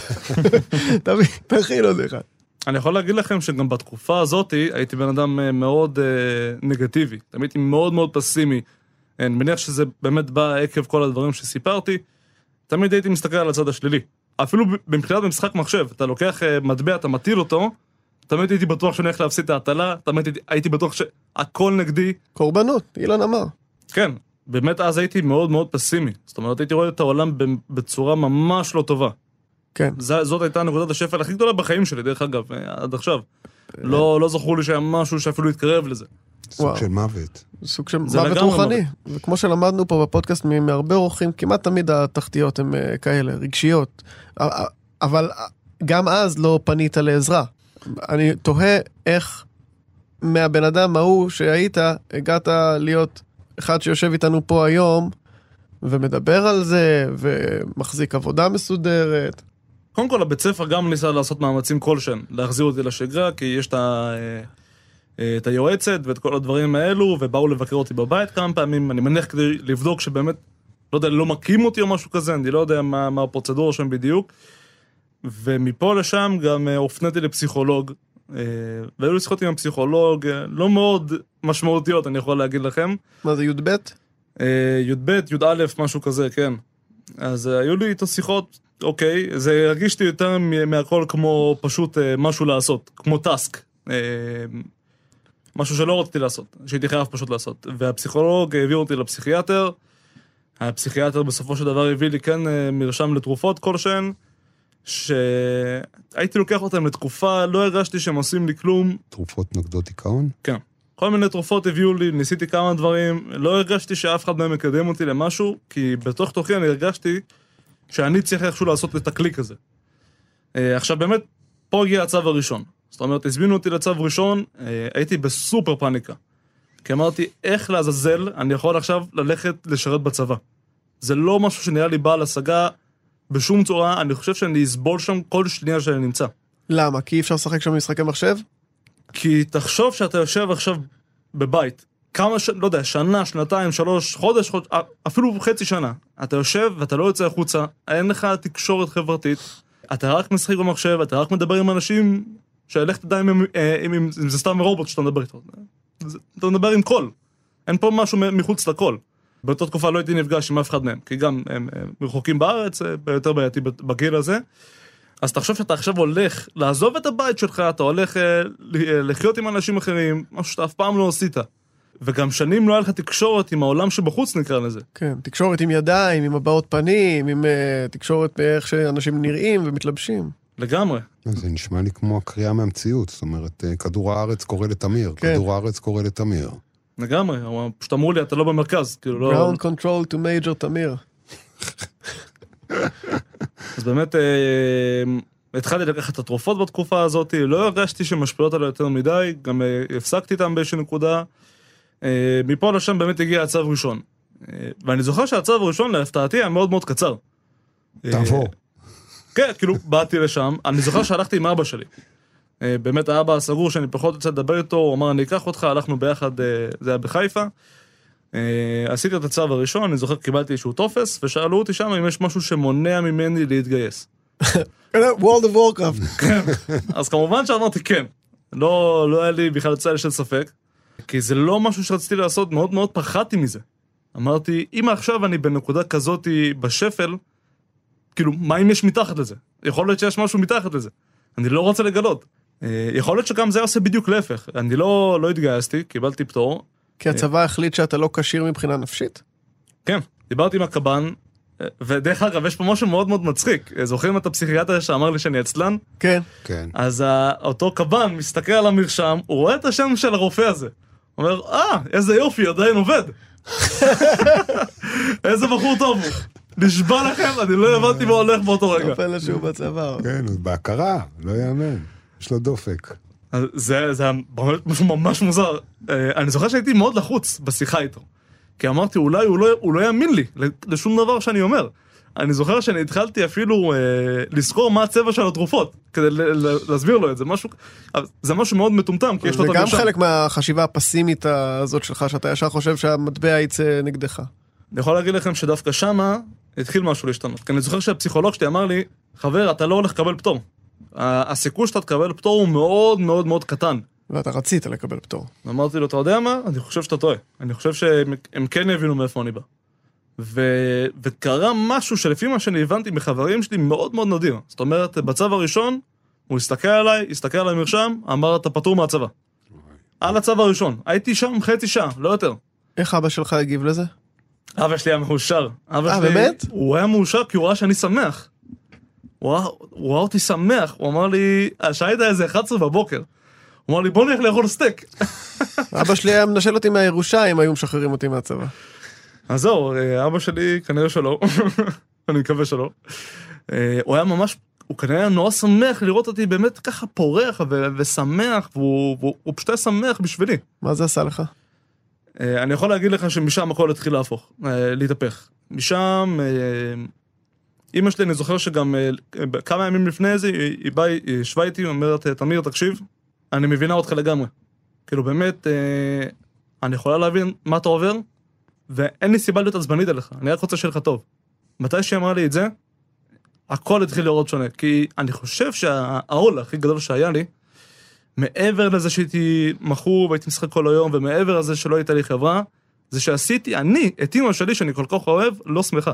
תכין עוד אחד. אני יכול להגיד לכם שגם בתקופה הזאת הייתי בן אדם מאוד נגטיבי, תמיד הייתי מאוד מאוד פסימי, אני מניח שזה באמת בא עקב כל הדברים שסיפרתי, תמיד הייתי מסתכל על הצד השלילי, אפילו מבחינת במשחק מחשב, אתה לוקח מטבע, אתה מטיל אותו, תמיד הייתי בטוח שאני הולך להפסיד את ההטלה, תמיד הייתי בטוח שהכל נגדי. קורבנות, אילן אמר. כן, באמת אז הייתי מאוד מאוד פסימי, זאת אומרת הייתי רואה את העולם בצורה ממש לא טובה. כן. זאת הייתה נקודת השפל הכי גדולה בחיים שלי, דרך אגב, עד עכשיו. לא זכרו לי שהיה משהו שאפילו התקרב לזה. סוג של מוות. סוג של מוות רוחני. וכמו שלמדנו פה בפודקאסט מהרבה אורחים, כמעט תמיד התחתיות הן כאלה, רגשיות. אבל גם אז לא פנית לעזרה. אני תוהה איך מהבן אדם ההוא שהיית, הגעת להיות אחד שיושב איתנו פה היום, ומדבר על זה, ומחזיק עבודה מסודרת. קודם כל, הבית ספר גם ניסה לעשות מאמצים כלשהם, להחזיר אותי לשגרה, כי יש את היועצת ואת כל הדברים האלו, ובאו לבקר אותי בבית כמה פעמים, אני מניח כדי לבדוק שבאמת, לא יודע, לא מקים אותי או משהו כזה, אני לא יודע מה הפרוצדורה שם בדיוק, ומפה לשם גם הופניתי לפסיכולוג, והיו לי שיחות עם הפסיכולוג, לא מאוד משמעותיות, אני יכול להגיד לכם. מה זה, י"ב? י"ב, י"א, משהו כזה, כן. אז היו לי איתו שיחות, אוקיי, זה הרגיש לי יותר מהכל כמו פשוט משהו לעשות, כמו טסק. משהו שלא רציתי לעשות, שהייתי חייב פשוט לעשות. והפסיכולוג העביר אותי לפסיכיאטר, הפסיכיאטר בסופו של דבר הביא לי כן מרשם לתרופות כלשהן, שהייתי לוקח אותם לתקופה, לא הרגשתי שהם עושים לי כלום. תרופות נוגדות דיכאון? כן. כל מיני תרופות הביאו לי, ניסיתי כמה דברים, לא הרגשתי שאף אחד מהם מקדם אותי למשהו, כי בתוך תוכי אני הרגשתי שאני צריך איכשהו לעשות את הקליק הזה. עכשיו באמת, פה הגיע הצו הראשון. זאת אומרת, הזמינו אותי לצו ראשון, הייתי בסופר פאניקה. כי אמרתי, איך לעזאזל אני יכול עכשיו ללכת לשרת בצבא. זה לא משהו שנראה לי בעל השגה בשום צורה, אני חושב שאני אסבול שם כל שנייה שאני נמצא. למה? כי אי אפשר לשחק שם משחקי מחשב? כי תחשוב שאתה יושב עכשיו בבית, לא יודע, שנה, שנתיים, 3, חודש, אפילו חצי שנה. אתה יושב ואתה לא יוצא החוצה, אין לך תקשורת חברתית, אתה רק משחק במחשב, אתה רק מדבר עם אנשים, שהלך תדע אם זה סתם רובוט שאתה מדבר איתו. אתה מדבר עם קול. אין פה משהו מחוץ לקול. באותה תקופה לא הייתי נפגש עם אף אחד מהם, כי גם הם רחוקים בארץ, ביותר בעייתי בגיל הזה. אז תחשוב שאתה עכשיו הולך לעזוב את הבית שלך, אתה הולך לחיות עם אנשים אחרים, משהו שאתה אף פעם לא עשית. וגם שנים לא היה לך תקשורת עם העולם שבחוץ נקרא לזה. כן, תקשורת עם ידיים, עם הבעות פנים, עם תקשורת באיך שאנשים נראים ומתלבשים. לגמרי. זה נשמע לי כמו הקריאה מהמציאות, זאת אומרת, כדור הארץ קורא לתמיר, כן. כדור הארץ קורא לתמיר. לגמרי, פשוט אמרו לי, אתה לא במרכז, כאילו לא... Ground control to major תמיר. אז באמת, התחלתי לקחת את התרופות בתקופה הזאת, לא הרגשתי שמשפיעות עליי יותר מדי, גם הפסקתי איתם באיזושהי נקודה. מפה לשם באמת הגיע הצו ראשון. ואני זוכר שהצו הראשון להפתעתי היה מאוד מאוד קצר. תעבור. כן, כאילו, באתי לשם, אני זוכר שהלכתי עם אבא שלי. באמת האבא הסגור שאני פחות רוצה לדבר איתו, הוא אמר, אני אקח אותך, הלכנו ביחד, זה היה בחיפה. עשיתי את הצו הראשון, אני זוכר קיבלתי איזשהו טופס, ושאלו אותי שם אם יש משהו שמונע ממני להתגייס. World of Warcraft. אז כמובן שאמרתי כן. לא היה לי בכלל צל של ספק, כי זה לא משהו שרציתי לעשות, מאוד מאוד פחדתי מזה. אמרתי, אם עכשיו אני בנקודה כזאת בשפל, כאילו, מה אם יש מתחת לזה? יכול להיות שיש משהו מתחת לזה. אני לא רוצה לגלות. יכול להיות שגם זה עושה בדיוק להפך. אני לא התגייסתי, קיבלתי פטור. כי הצבא החליט שאתה לא כשיר מבחינה נפשית? כן, דיברתי עם הקב"ן, ודרך אגב, יש פה משהו מאוד מאוד מצחיק. זוכרים את הפסיכיאטר שאמר לי שאני עצלן? כן. כן. אז אותו קב"ן מסתכל על המרשם, הוא רואה את השם של הרופא הזה. הוא אומר, איזה יופי, עדיין עובד. איזה בחור טוב הוא. נשבע לכם, אני לא הבנתי מה הולך באותו רגע. לא פלא שהוא בצבא. כן, הוא בהכרה, לא יאמן. יש לו דופק. זה משהו ממש מוזר. אני זוכר שהייתי מאוד לחוץ בשיחה איתו. כי אמרתי, אולי הוא לא יאמין לי לשום דבר שאני אומר. אני זוכר שאני התחלתי אפילו לזכור מה הצבע של התרופות, כדי להסביר לו את זה. זה משהו מאוד מטומטם, כי יש לו את המרשם. זה גם חלק מהחשיבה הפסימית הזאת שלך, שאתה ישר חושב שהמטבע יצא נגדך. אני יכול להגיד לכם שדווקא שמה התחיל משהו להשתנות. כי אני זוכר שהפסיכולוג שלי אמר לי, חבר, אתה לא הולך לקבל פטור. הסיכוי שאתה תקבל פטור הוא מאוד מאוד מאוד קטן. ואתה רצית לקבל פטור. אמרתי לו, אתה יודע מה? אני חושב שאתה טועה. אני חושב שהם כן יבינו מאיפה אני בא. וקרה משהו שלפי מה שאני הבנתי מחברים שלי מאוד מאוד נדיר. זאת אומרת, בצו הראשון, הוא הסתכל עליי, הסתכל על המרשם, אמר, אתה פטור מהצבא. על הצו הראשון. הייתי שם חצי שעה, לא יותר. איך אבא שלך הגיב לזה? אבא שלי היה מאושר. באמת? הוא היה מאושר כי הוא ראה שאני שמח. הוא ראה אותי שמח. הוא אמר לי, השעה הייתה איזה 11 בבוקר. הוא אמר לי, בוא נלך לאכול סטייק. אבא שלי היה מנשל אותי מהירושה אם היו משחררים אותי מהצבא. אז זהו, אבא שלי כנראה שלא. אני מקווה שלא. הוא היה ממש, הוא כנראה נורא שמח לראות אותי באמת ככה פורח ושמח, והוא פשוט היה שמח בשבילי. מה זה עשה לך? אני יכול להגיד לך שמשם הכל התחיל להפוך, להתהפך. משם, אמא שלי, אני זוכר שגם כמה ימים לפני זה, היא ישבה איתי, אומרת, תמיר, תקשיב, אני מבינה אותך לגמרי. כאילו באמת, אני יכולה להבין מה אתה עובר, ואין לי סיבה להיות עצבנית עליך, אני רק רוצה שיהיה לך טוב. מתי שהיא אמרה לי את זה, הכל התחיל לראות שונה, כי אני חושב שהעול הכי גדול שהיה לי, מעבר לזה שהייתי מחור והייתי משחק כל היום, ומעבר לזה שלא הייתה לי חברה, זה שעשיתי, אני, את אמא שלי שאני כל כך אוהב, לא שמחה.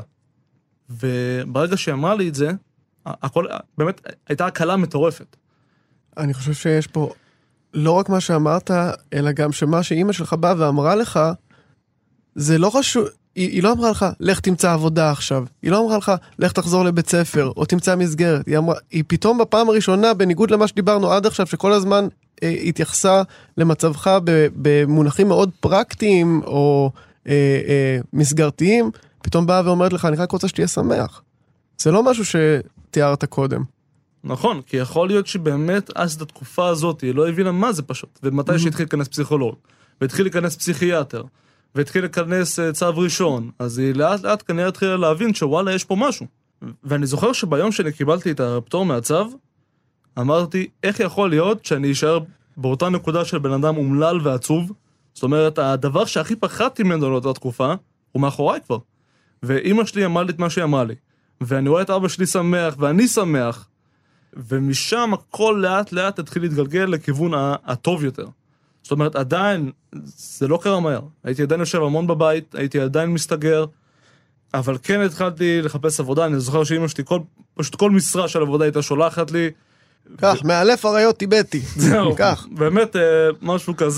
וברגע שהיא אמרה לי את זה, הכל, באמת, הייתה הקלה מטורפת. אני חושב שיש פה לא רק מה שאמרת, אלא גם שמה שאמא שלך באה ואמרה לך, זה לא חשוב, היא לא אמרה לך, לך תמצא עבודה עכשיו. היא לא אמרה לך, לך תחזור לבית ספר, או תמצא מסגרת. היא פתאום בפעם הראשונה, בניגוד למה שדיברנו עד עכשיו, שכל הזמן התייחסה למצבך במונחים מאוד פרקטיים, או מסגרתיים, פתאום באה ואומרת לך, אני רק רוצה שתהיה שמח. זה לא משהו שתיארת קודם. נכון, כי יכול להיות שבאמת אז את התקופה הזאת, היא לא הבינה מה זה פשוט. ומתי שהתחיל להיכנס פסיכולוג, והתחיל להיכנס פסיכיאטר, והתחיל להיכנס צו ראשון, אז היא לאט לאט כנראה התחילה להבין שוואלה יש פה משהו. ואני זוכר שביום שאני קיבלתי את הפטור מהצו, אמרתי, איך יכול להיות שאני אשאר באותה נקודה של בן אדם אומלל ועצוב? זאת אומרת, הדבר שהכי פחדתי ממנו לאותה תקופה, הוא מאחוריי כבר. ואמא שלי אמרה לי את מה שהיא אמרה לי. ואני רואה את אבא שלי שמח, ואני שמח. ומשם הכל לאט לאט התחיל להתגלגל לכיוון הטוב יותר. זאת אומרת, עדיין, זה לא קרה מהר. הייתי עדיין יושב המון בבית, הייתי עדיין מסתגר, אבל כן התחלתי לחפש עבודה. אני זוכר שאמא שלי, פשוט כל משרה של עבודה הייתה שולחת לי. כך, מאלף אריות טיבטי. זהו, כך. באמת, משהו כזה.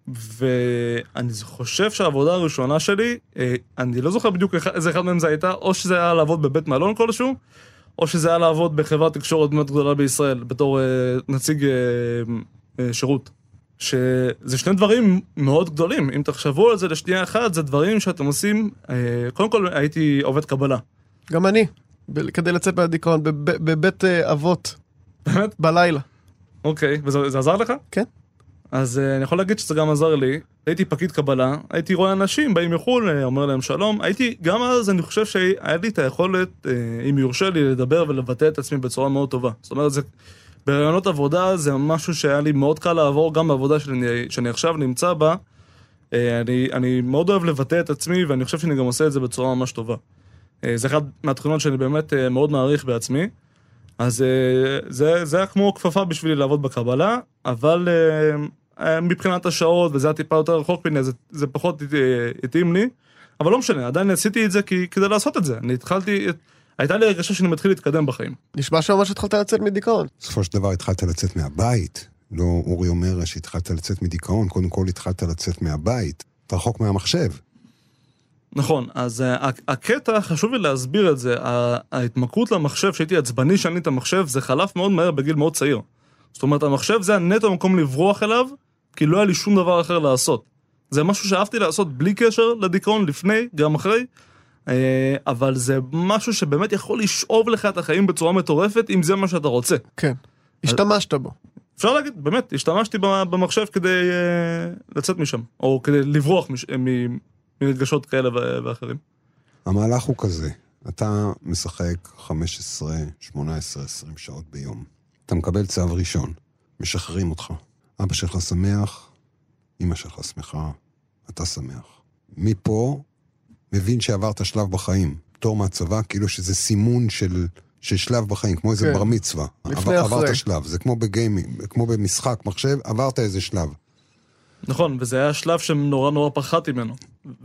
ואני חושב שהעבודה הראשונה שלי, אני לא זוכר בדיוק איזה אחד מהם זה הייתה, או שזה היה לעבוד בבית מלון כלשהו, או שזה היה לעבוד בחברת תקשורת מאוד גדולה בישראל, בתור נציג שירות. שזה שני דברים מאוד גדולים, אם תחשבו על זה לשנייה אחת, זה דברים שאתם עושים, קודם כל הייתי עובד קבלה. גם אני, כדי לצאת מהדיכאון, בבית אבות. באמת? בלילה. אוקיי, וזה עזר לך? כן. אז אני יכול להגיד שזה גם עזר לי. הייתי פקיד קבלה, הייתי רואה אנשים, באים מחול, אומר להם שלום. גם אז אני חושב שהיה לי את היכולת, אם יורשה לי, לדבר ולבטא את עצמי בצורה מאוד טובה. זאת אומרת, ברעיונות עבודה זה משהו שהיה לי מאוד קל לעבור, גם בעבודה שאני עכשיו נמצא בה. אני מאוד אוהב לבטא את עצמי, ואני חושב שאני גם עושה את זה בצורה ממש טובה. זה אחד מהתכונות שאני באמת מאוד מעריך בעצמי. אז זה היה כמו כפפה בשבילי לעבוד בקבלה, אבל מבחינת השעות, וזה היה טיפה יותר רחוק ממני, זה פחות התאים לי, אבל לא משנה, עדיין עשיתי את זה כדי לעשות את זה. הייתה לי הרגשה שאני מתחיל להתקדם בחיים. נשמע שממש התחלת לצאת מדיכאון. בסופו של דבר התחלת לצאת מהבית, לא אורי אומר שהתחלת לצאת מדיכאון, קודם כל התחלת לצאת מהבית, אתה רחוק מהמחשב. נכון, אז הקטע, חשוב לי להסביר את זה, ההתמכרות למחשב, שהייתי עצבני שאני את המחשב, זה חלף מאוד מהר בגיל מאוד צעיר. זאת אומרת, המחשב זה הנטו מקום לברוח אליו, כי לא היה לי שום דבר אחר לעשות. זה משהו שאהבתי לעשות בלי קשר לדיכאון, לפני, גם אחרי, אבל זה משהו שבאמת יכול לשאוב לך את החיים בצורה מטורפת, אם זה מה שאתה רוצה. כן, השתמשת בו. אפשר להגיד, באמת, השתמשתי במחשב כדי לצאת משם, או כדי לברוח מרגשות כאלה ואחרים. המהלך הוא כזה, אתה משחק 15, 18, 20 שעות ביום. אתה מקבל צו ראשון, משחררים אותך. אבא שלך שמח, אמא שלך שמחה, אתה שמח. מפה מבין שעברת שלב בחיים, תור מהצבא, כאילו שזה סימון של שלב בחיים, כמו איזה בר מצווה. עברת שלב, זה כמו בגיימינג, כמו במשחק מחשב, עברת איזה שלב. נכון, וזה היה שלב שנורא נורא פחדתי ממנו.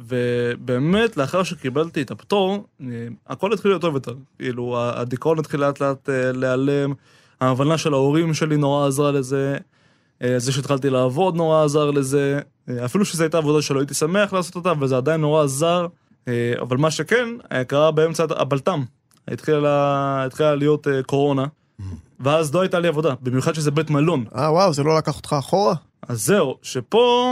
ובאמת, לאחר שקיבלתי את הפטור, הכל התחיל להיות טוב יותר. כאילו, הדיכאון התחיל לאט לאט להיעלם, ההבנה של ההורים שלי נורא עזרה לזה, זה שהתחלתי לעבוד נורא עזר לזה, אפילו שזו הייתה עבודה שלא הייתי שמח לעשות אותה, וזה עדיין נורא עזר, אבל מה שכן, קרה באמצע הבלטם. התחילה להיות קורונה, ואז לא הייתה לי עבודה, במיוחד שזה בית מלון. וואו, זה לא לקח אותך אחורה? אז זהו, שפה,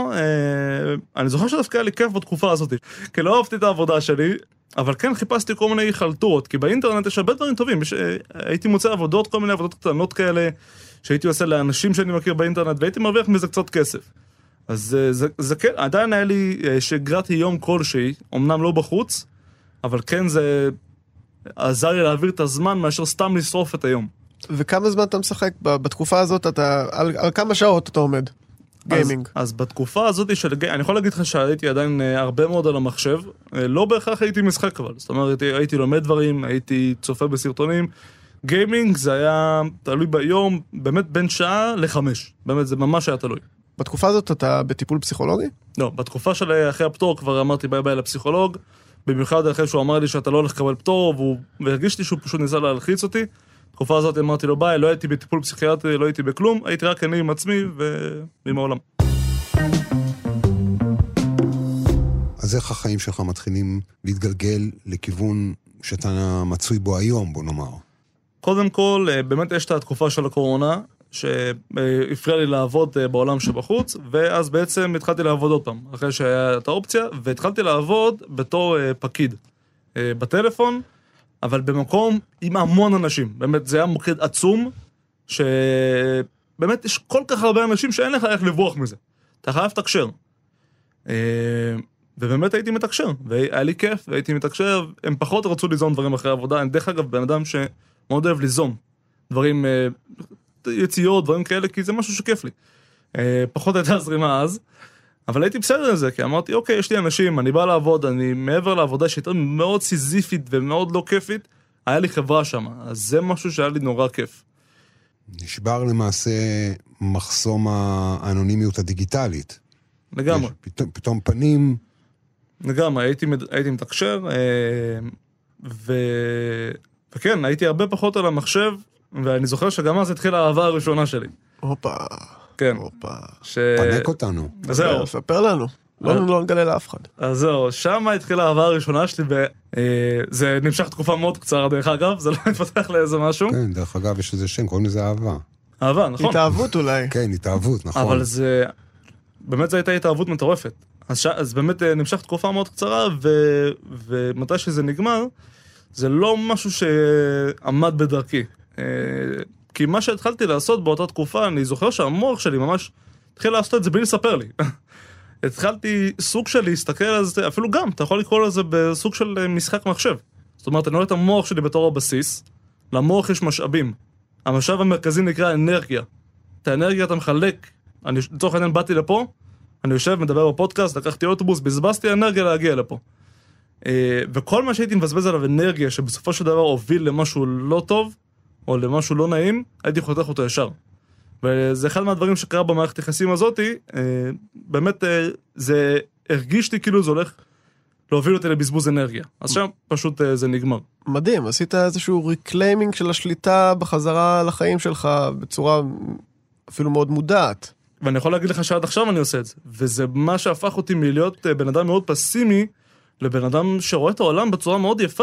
אני זוכר שדווקא היה לי כיף בתקופה הזאת, כי לא אהבתי את העבודה שלי, אבל כן חיפשתי כל מיני חלטורות, כי באינטרנט יש הרבה דברים טובים, הייתי מוצא עבודות, כל מיני עבודות קטנות כאלה, שהייתי עושה לאנשים שאני מכיר באינטרנט, והייתי מרוויח מזה קצת כסף. אז זה כן, עדיין היה לי שגרתי יום כלשהי, אמנם לא בחוץ, אבל כן זה עזר לי להעביר את הזמן מאשר סתם לשרוף את היום. וכמה זמן אתה משחק? בתקופה הזאת על כמה שעות אתה עומד? גיימינג. אז בתקופה הזאת אני יכול להגיד לך שהייתי עדיין הרבה מאוד על המחשב, לא בהכרח הייתי משחק אבל, זאת אומרת הייתי לומד דברים, הייתי צופה בסרטונים, גיימינג זה היה תלוי ביום, באמת בין שעה ל5, באמת זה ממש היה תלוי. בתקופה הזאת אתה בטיפול פסיכולוגי? לא, בתקופה של אחרי הפטור כבר אמרתי ביי ביי לפסיכולוג, במיוחד אחרי שהוא אמר לי שאתה לא הולך לקבל פטור, והרגישתי שהוא פשוט ניסה להלחיץ אותי, בתקופה הזאת אמרתי לו ביי, לא הייתי בטיפול פסיכיאטרי, לא הייתי בכלום, הייתי רק אני עם עצמי ועם העולם. אז איך החיים שלך מתחילים להתגלגל לכיוון שאתה מצוי בו היום, בוא נאמר? קודם כל, באמת יש את התקופה של הקורונה, שהפריע לי לעבוד בעולם שבחוץ, ואז בעצם התחלתי לעבוד עוד פעם, אחרי שהיה את האופציה, והתחלתי לעבוד בתור פקיד בטלפון, אבל במקום עם המון אנשים. באמת זה היה מוקד עצום, שבאמת יש כל כך הרבה אנשים שאין לך איך לברוח מזה. אתה חייב לתקשר. ובאמת הייתי מתקשר, והיה לי כיף, והייתי מתקשר, הם פחות רצו ליזום דברים אחרי עבודה, אני דרך אגב בן אדם שמאוד אוהב ליזום דברים, יציאות, דברים כאלה, כי זה משהו שכיף לי. פחות הייתה זרימה אז, אבל הייתי בסדר לזה, כי אמרתי, אוקיי, יש לי אנשים, אני בא לעבוד, אני מעבר לעבודה שהייתה מאוד סיזיפית ומאוד לא כיפית, היה לי חברה שם, אז זה משהו שהיה לי נורא כיף. נשבר למעשה מחסום האנונימיות הדיגיטלית. לגמרי. פתאום פנים. לגמרי, הייתי מתקשר, וכן, הייתי הרבה פחות על המחשב, ואני זוכר שגם אז התחילה האהבה הראשונה שלי. הופה. כן. פנק אותנו. זהו. ספר לנו. לא נגלה לאף אחד. אז זהו, שם התחילה האהבה הראשונה שלי, זה נמשך תקופה מאוד קצרה דרך אגב, זה לא מתפתח לאיזה משהו. כן, דרך אגב יש איזה שם, קוראים לזה אהבה. אהבה, נכון. התאהבות אולי. כן, התאהבות, נכון. אבל זה, באמת זו הייתה התאהבות מטורפת. אז באמת נמשך תקופה מאוד קצרה, ומתי שזה נגמר, זה לא משהו שעמד בדרכי. כי מה שהתחלתי לעשות באותה תקופה, אני זוכר שהמוח שלי ממש התחיל לעשות את זה בלי לספר לי. התחלתי סוג של להסתכל על זה, אפילו גם, אתה יכול לקרוא לזה בסוג של משחק מחשב. זאת אומרת, אני רואה את המוח שלי בתור הבסיס, למוח יש משאבים. המשאב המרכזי נקרא אנרגיה. את האנרגיה אתה מחלק, לצורך העניין באתי לפה, אני יושב, מדבר בפודקאסט, לקחתי אוטובוס, בזבזתי אנרגיה להגיע לפה. וכל מה שהייתי מבזבז עליו אנרגיה, שבסופו של דבר הוביל למשהו לא טוב, או למשהו לא נעים, הייתי חותך אותו ישר. וזה אחד מהדברים שקרה במערכת היחסים הזאת, באמת זה הרגיש לי כאילו זה הולך להוביל אותי לבזבוז אנרגיה. אז שם פשוט זה נגמר. מדהים, עשית איזשהו ריקליימינג של השליטה בחזרה לחיים שלך בצורה אפילו מאוד מודעת. ואני יכול להגיד לך שעד עכשיו אני עושה את זה. וזה מה שהפך אותי מלהיות בן אדם מאוד פסימי, לבן אדם שרואה את העולם בצורה מאוד יפה.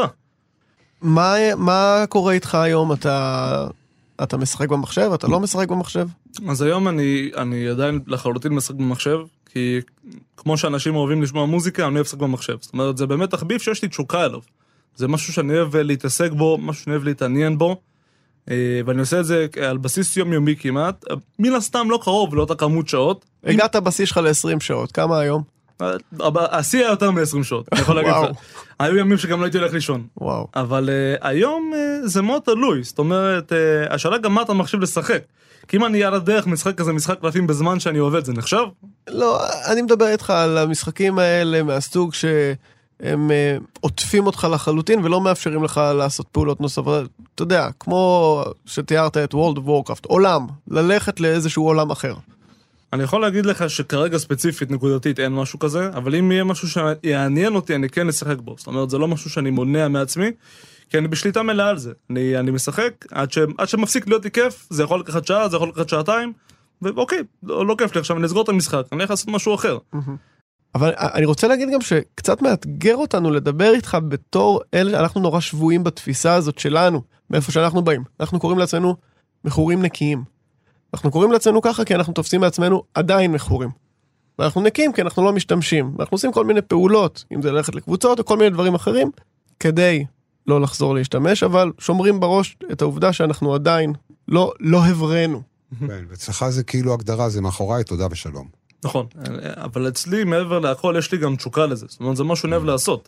מה קורה איתך היום? אתה משחק במחשב? אתה לא משחק במחשב? אז היום אני עדיין לחלוטין משחק במחשב, כי כמו שאנשים אוהבים לשמוע מוזיקה, אני אוהב לשחק במחשב. זאת אומרת, זה באמת תחביב שיש לי תשוקה אליו. זה משהו שאני אוהב להתעסק בו, משהו שאני אוהב להתעניין בו, ואני עושה את זה על בסיס יומיומי כמעט. מן הסתם לא קרוב, לא אותה כמות שעות. הגעת בסיס שלך ל-20 שעות, כמה היום? השיא היה יותר מ-20 שעות, אני יכול להגיד לך. היו ימים שגם לא הייתי הולך לישון. וואו. אבל היום זה מאוד תלוי, זאת אומרת, השאלה גם מה אתה מחשיב לשחק. כי אם אני על הדרך משחק כזה משחק קלפים בזמן שאני עובד, זה נחשב? לא, אני מדבר איתך על המשחקים האלה מהסוג שהם עוטפים אותך לחלוטין ולא מאפשרים לך לעשות פעולות נוספות. אתה יודע, כמו שתיארת את World of Warcraft, עולם, ללכת לאיזשהו עולם אחר. אני יכול להגיד לך שכרגע ספציפית נקודתית אין משהו כזה, אבל אם יהיה משהו שיעניין אותי, אני כן אשחק בו. זאת אומרת, זה לא משהו שאני מונע מעצמי, כי אני בשליטה מלאה על זה. אני משחק, עד שמפסיק להיות לי כיף, זה יכול לקחת שעה, זה יכול לקחת שעתיים, ואוקיי, לא כיף לי עכשיו, אני אסגור את המשחק, אני הולך לעשות משהו אחר. אבל אני רוצה להגיד גם שקצת מאתגר אותנו לדבר איתך בתור אלה, אנחנו נורא שבויים בתפיסה הזאת שלנו, מאיפה שאנחנו באים. אנחנו קוראים לעצמנו מכורים נקיים. אנחנו קוראים לעצמנו ככה כי אנחנו תופסים לעצמנו עדיין מכורים. ואנחנו נקים כי אנחנו לא משתמשים. אנחנו עושים כל מיני פעולות, אם זה ללכת לקבוצות או כל מיני דברים אחרים, כדי לא לחזור להשתמש, אבל שומרים בראש את העובדה שאנחנו עדיין לא הברנו. כן, ואצלך זה כאילו הגדרה, זה מאחוריי, תודה ושלום. נכון, אבל אצלי מעבר להכל יש לי גם תשוקה לזה. זאת אומרת, זה משהו נאהב לעשות.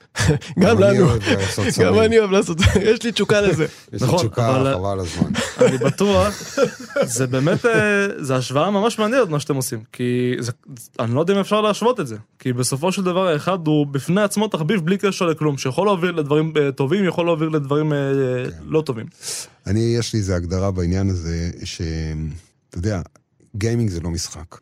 גם לנו, גם אני אוהב לעשות, יש לי תשוקה לזה. יש לי תשוקה, חבל הזמן. אני בטוח, זה באמת, זה השוואה ממש מעניינת מה שאתם עושים, כי אני לא יודע אם אפשר להשוות את זה, כי בסופו של דבר האחד הוא בפני עצמו תחביב בלי קשר לכלום, שיכול להוביל לדברים טובים, יכול להוביל לדברים לא טובים. יש לי איזו הגדרה בעניין הזה, שאתה יודע, גיימינג זה לא משחק.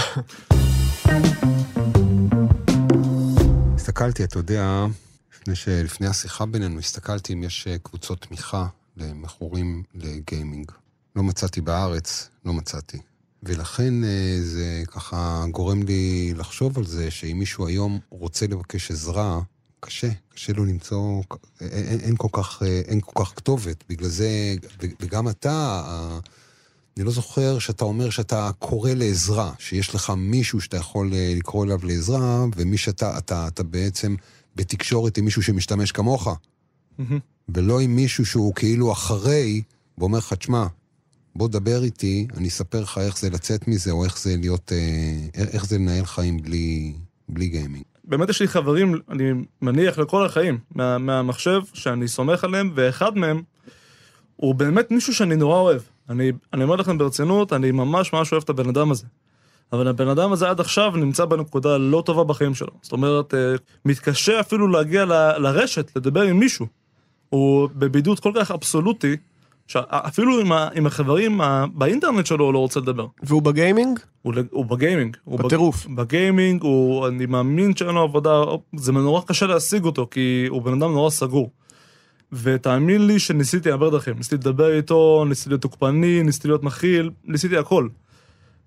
הסתכלתי, אתה יודע, לפני השיחה בינינו, הסתכלתי אם יש קבוצות תמיכה למכורים לגיימינג. לא מצאתי בארץ, לא מצאתי. ולכן זה ככה גורם לי לחשוב על זה, שאם מישהו היום רוצה לבקש עזרה, קשה לו למצוא, אין כל כך כתובת. בגלל זה, וגם אתה, אני לא זוכר שאתה אומר שאתה קורא לעזרה, שיש לך מישהו שאתה יכול לקרוא אליו לעזרה, ומי אתה בעצם בתקשורת עם מישהו שמשתמש כמוך, ולא עם מישהו שהוא כאילו אחרי, ואומר לך, תשמע, בוא דבר איתי, אני אספר לך איך זה לצאת מזה, או איך זה להיות, איך זה לנהל חיים בלי גיימינג. באמת יש לי חברים, אני מניח לכל החיים, מהמחשב שאני סומך עליהם, ואחד מהם הוא באמת מישהו שאני נורא אוהב. אני אומר לכם ברצינות, אני ממש אוהב את הבן אדם הזה. אבל הבן אדם הזה עד עכשיו נמצא בנקודה לא טובה בחיים שלו. זאת אומרת, מתקשה אפילו להגיע לרשת, לדבר עם מישהו. הוא בבידוד כל כך אבסולוטי, שאפילו עם החברים באינטרנט שלו הוא לא רוצה לדבר. והוא בגיימינג? הוא בגיימינג. בטירוף. בגיימינג, אני מאמין שאין לו עבודה, זה נורא קשה להשיג אותו, כי הוא בן אדם נורא סגור. ותאמין לי שניסיתי הרבה דרכים, ניסיתי לדבר איתו, ניסיתי להיות תוקפני, ניסיתי להיות מכיל, ניסיתי הכל.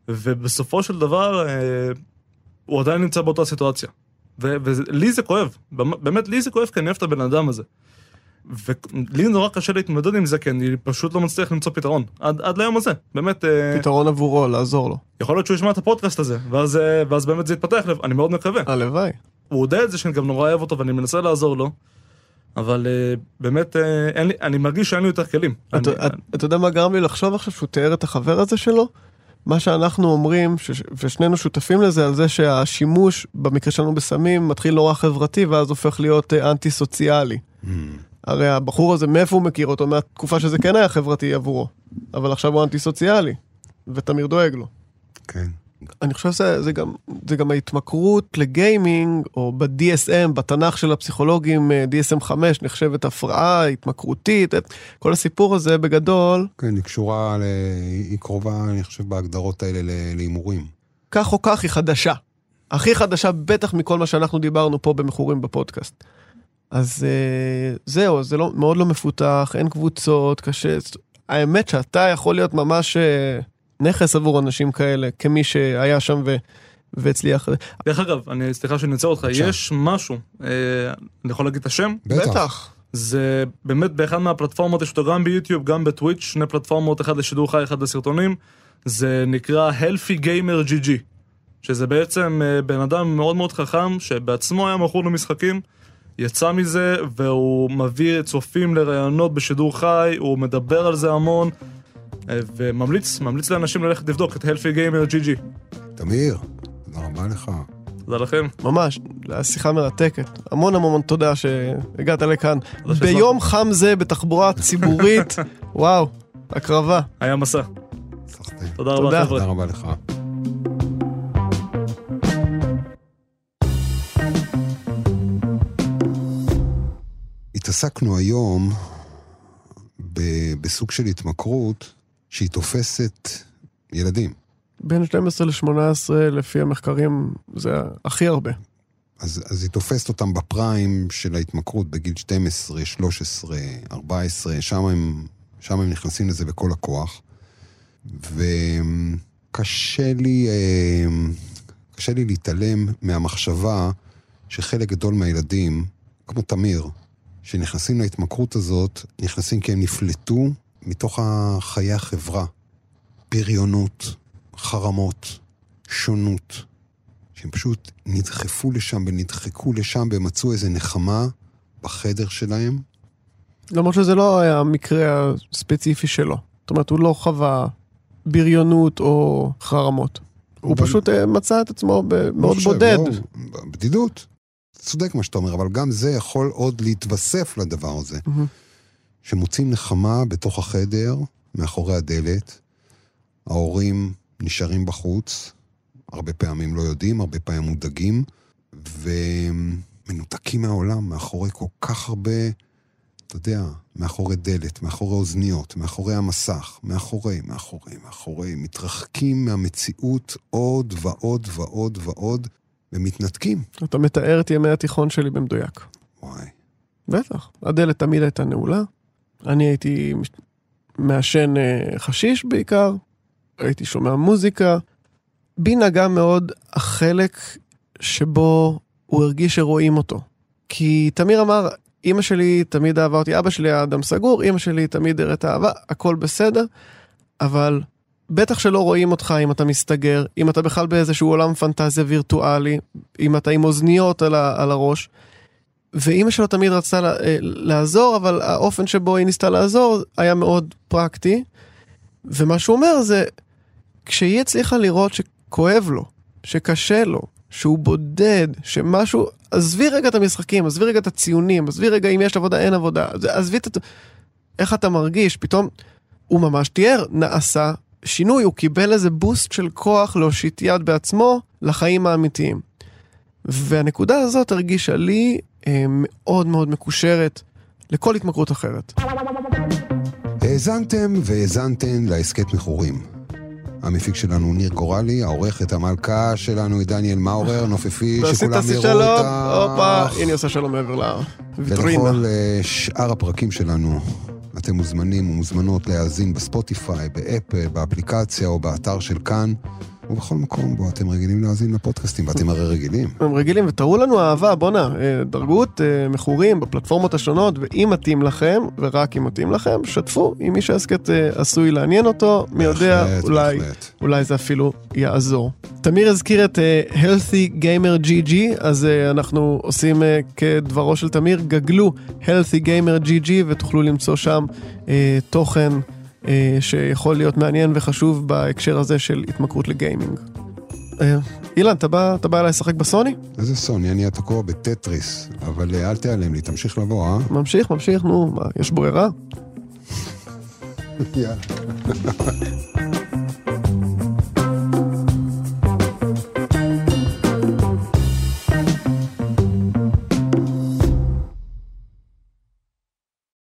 ובסופו של דבר, הוא עדיין נמצא באותה סיטואציה. ולי זה כואב, באמת לי זה כואב, כי אני אוהב את הבן אדם הזה. ולי נורא קשה להתמודד עם זה, כי אני פשוט לא מצליח למצוא פתרון. עד ליום הזה, באמת... פתרון עבורו, לעזור לו. יכול להיות שהוא ישמע את הפודקאסט הזה, ואז באמת זה יתפתח, אני מאוד מקווה. הלוואי. הוא יודע את זה שאני גם נורא אוהב אותו, ואני מנסה לעזור לו, אבל באמת, אני מרגיש שאין לי יותר כלים. אתה יודע מה גרם לי לחשוב עכשיו, שהוא תיאר את החבר הזה שלו? מה שאנחנו אומרים, ושנינו שותפים לזה, על זה שהשימוש במקרה שלנו בסמים מתחיל נורא חברתי, ואז הופך להיות אנטי-סוציאלי. הרי הבחור הזה, מאיפה הוא מכיר אותו? מהתקופה שזה כן היה חברתי עבורו. אבל עכשיו הוא אנטי-סוציאלי, ותמיר דואג לו. כן. אני חושב שזה גם ההתמכרות לגיימינג, או ב-DSM, בתנ"ך של הפסיכולוגים, DSM 5, נחשבת הפרעה, התמכרותית, כל הסיפור הזה בגדול. כן, היא קרובה, אני חושב, בהגדרות האלה להימורים. כך או כך היא חדשה. הכי חדשה בטח מכל מה שאנחנו דיברנו פה במכורים בפודקאסט. אז זהו, זה מאוד לא מפותח, אין קבוצות, קשה. האמת שאתה יכול להיות ממש... נכס עבור אנשים כאלה, כמי שהיה שם והצליח. דרך אגב, סליחה שאני אצא אותך, יש משהו, אני יכול להגיד את השם? בטח. זה באמת באחד מהפלטפורמות, יש אותו גם ביוטיוב, גם בטוויץ', שני פלטפורמות, אחד לשידור חי, אחד לסרטונים, זה נקרא Healthy Gamer GG, שזה בעצם בן אדם מאוד מאוד חכם, שבעצמו היה מכור למשחקים, יצא מזה, והוא מביא צופים לרעיונות בשידור חי, הוא מדבר על זה המון, וממליץ לאנשים ללכת לבדוק את Healthy Gamer GG. תמיר, תודה רבה לך. תודה לכם. ממש, שיחה מרתקת. המון תודה שהגעת לכאן. ביום חם זה, בתחבורה ציבורית, וואו, הקרבה. היה מסע. תודה רבה חבר'ה. תודה רבה לך. התעסקנו היום בסוג של התמכרות שהיא תופסת ילדים. בין 12 ל-18 לפי המחקרים זה הכי הרבה. אז היא תופסת אותם בפריים של ההתמכרות בגיל 12, 13, 14, שם הם נכנסים לזה בכל הכוח. וקשה לי להתעלם מהמחשבה שחלק גדול מהילדים, כמו תמיר, שנכנסים להתמכרות הזאת, נכנסים כי הם נפלטו מתוך חיי החברה. בריונות, חרמות, שונות, שהם פשוט נדחפו לשם ונדחקו לשם ומצאו איזה נחמה בחדר שלהם. למרות שזה לא היה המקרה הספציפי שלו. זאת אומרת, הוא לא חווה בריונות או חרמות. הוא פשוט מצא את עצמו מאוד בודד. בדידות. צודק מה שאתה אומר, אבל גם זה יכול עוד להתווסף לדבר הזה. שמוצאים נחמה בתוך החדר, מאחורי הדלת, ההורים נשארים בחוץ, הרבה פעמים לא יודעים, הרבה פעמים מודאגים, ומנותקים מהעולם, מאחורי כל כך הרבה, אתה יודע, מאחורי דלת, מאחורי אוזניות, מאחורי המסך, מאחורי, מתרחקים מהמציאות עוד ועוד ועוד ועוד, ומתנתקים. אתה מתאר את ימי התיכון שלי במדויק. וואי. בטח, הדלת תמיד הייתה נעולה, אני הייתי מעשן חשיש בעיקר, הייתי שומע מוזיקה, בי נגע מאוד החלק שבו הוא הרגיש שרואים אותו. כי תמיר אמר, אמא שלי תמיד אהבה אותי, אבא שלי היה אדם סגור, אמא שלי תמיד הראת אהבה, הכל בסדר, אבל בטח שלא רואים אותך אם אתה מסתגר, אם אתה בכלל באיזשהו עולם פנטזיה וירטואלי, אם אתה עם אוזניות על הראש, ואמא שלו תמיד רצתה לעזור, אבל האופן שבו היא ניסתה לעזור היה מאוד פרקטי, ומה שהוא אומר זה, כשהיא הצליחה לראות שכואב לו, שקשה לו, שהוא בודד, שמשהו, עזבי רגע את המשחקים, עזבי רגע את הציונים, עזבי רגע אם יש עבודה, אין עבודה, עזבי את... איך אתה מרגיש, פתאום הוא ממש תיאר, נעשה שינוי, הוא קיבל איזה בוסט של כוח להושיט יד בעצמו לחיים האמיתיים. והנקודה הזאת הרגישה לי מאוד מאוד מקושרת לכל התמכרות אחרת. האזנתם והאזנתן לעסקת מכורים. המפיק שלנו ניר גורלי, העורכת המלכה שלנו היא דניאל מאורר, נופפי שכולם יראו אותה. הופה, הנה עושה שלום מעבר לוויטרינה. ולכל שאר הפרקים שלנו, אתם מוזמנים ומוזמנות להאזין בספוטיפיי, באפל, באפליקציה או באתר של כאן. ובכל מקום בו אתם רגילים להאזין לפודקאסטים, ואתם הרי רגילים. הם רגילים, ותראו לנו אהבה, בונה, דרגות, מכורים בפלטפורמות השונות, ואם מתאים לכם, ורק אם מתאים לכם, שתפו עם מי שהסקט עשוי לעניין אותו, מי יודע, אולי זה אפילו יעזור. תמיר הזכיר את Healthy Gamer GG, אז אנחנו עושים כדברו של תמיר, גגלו Healthy Gamer GG, ותוכלו למצוא שם תוכן שיכול להיות מעניין וחשוב בהקשר הזה של התמכרות לגיימינג. אילן, אתה בא אליי לשחק בסוני? איזה סוני? אני התקוע בטטריס, אבל אל תיעלם לי, תמשיך לבוא, אה? ממשיך, נו, מה, יש ברירה? יאללה.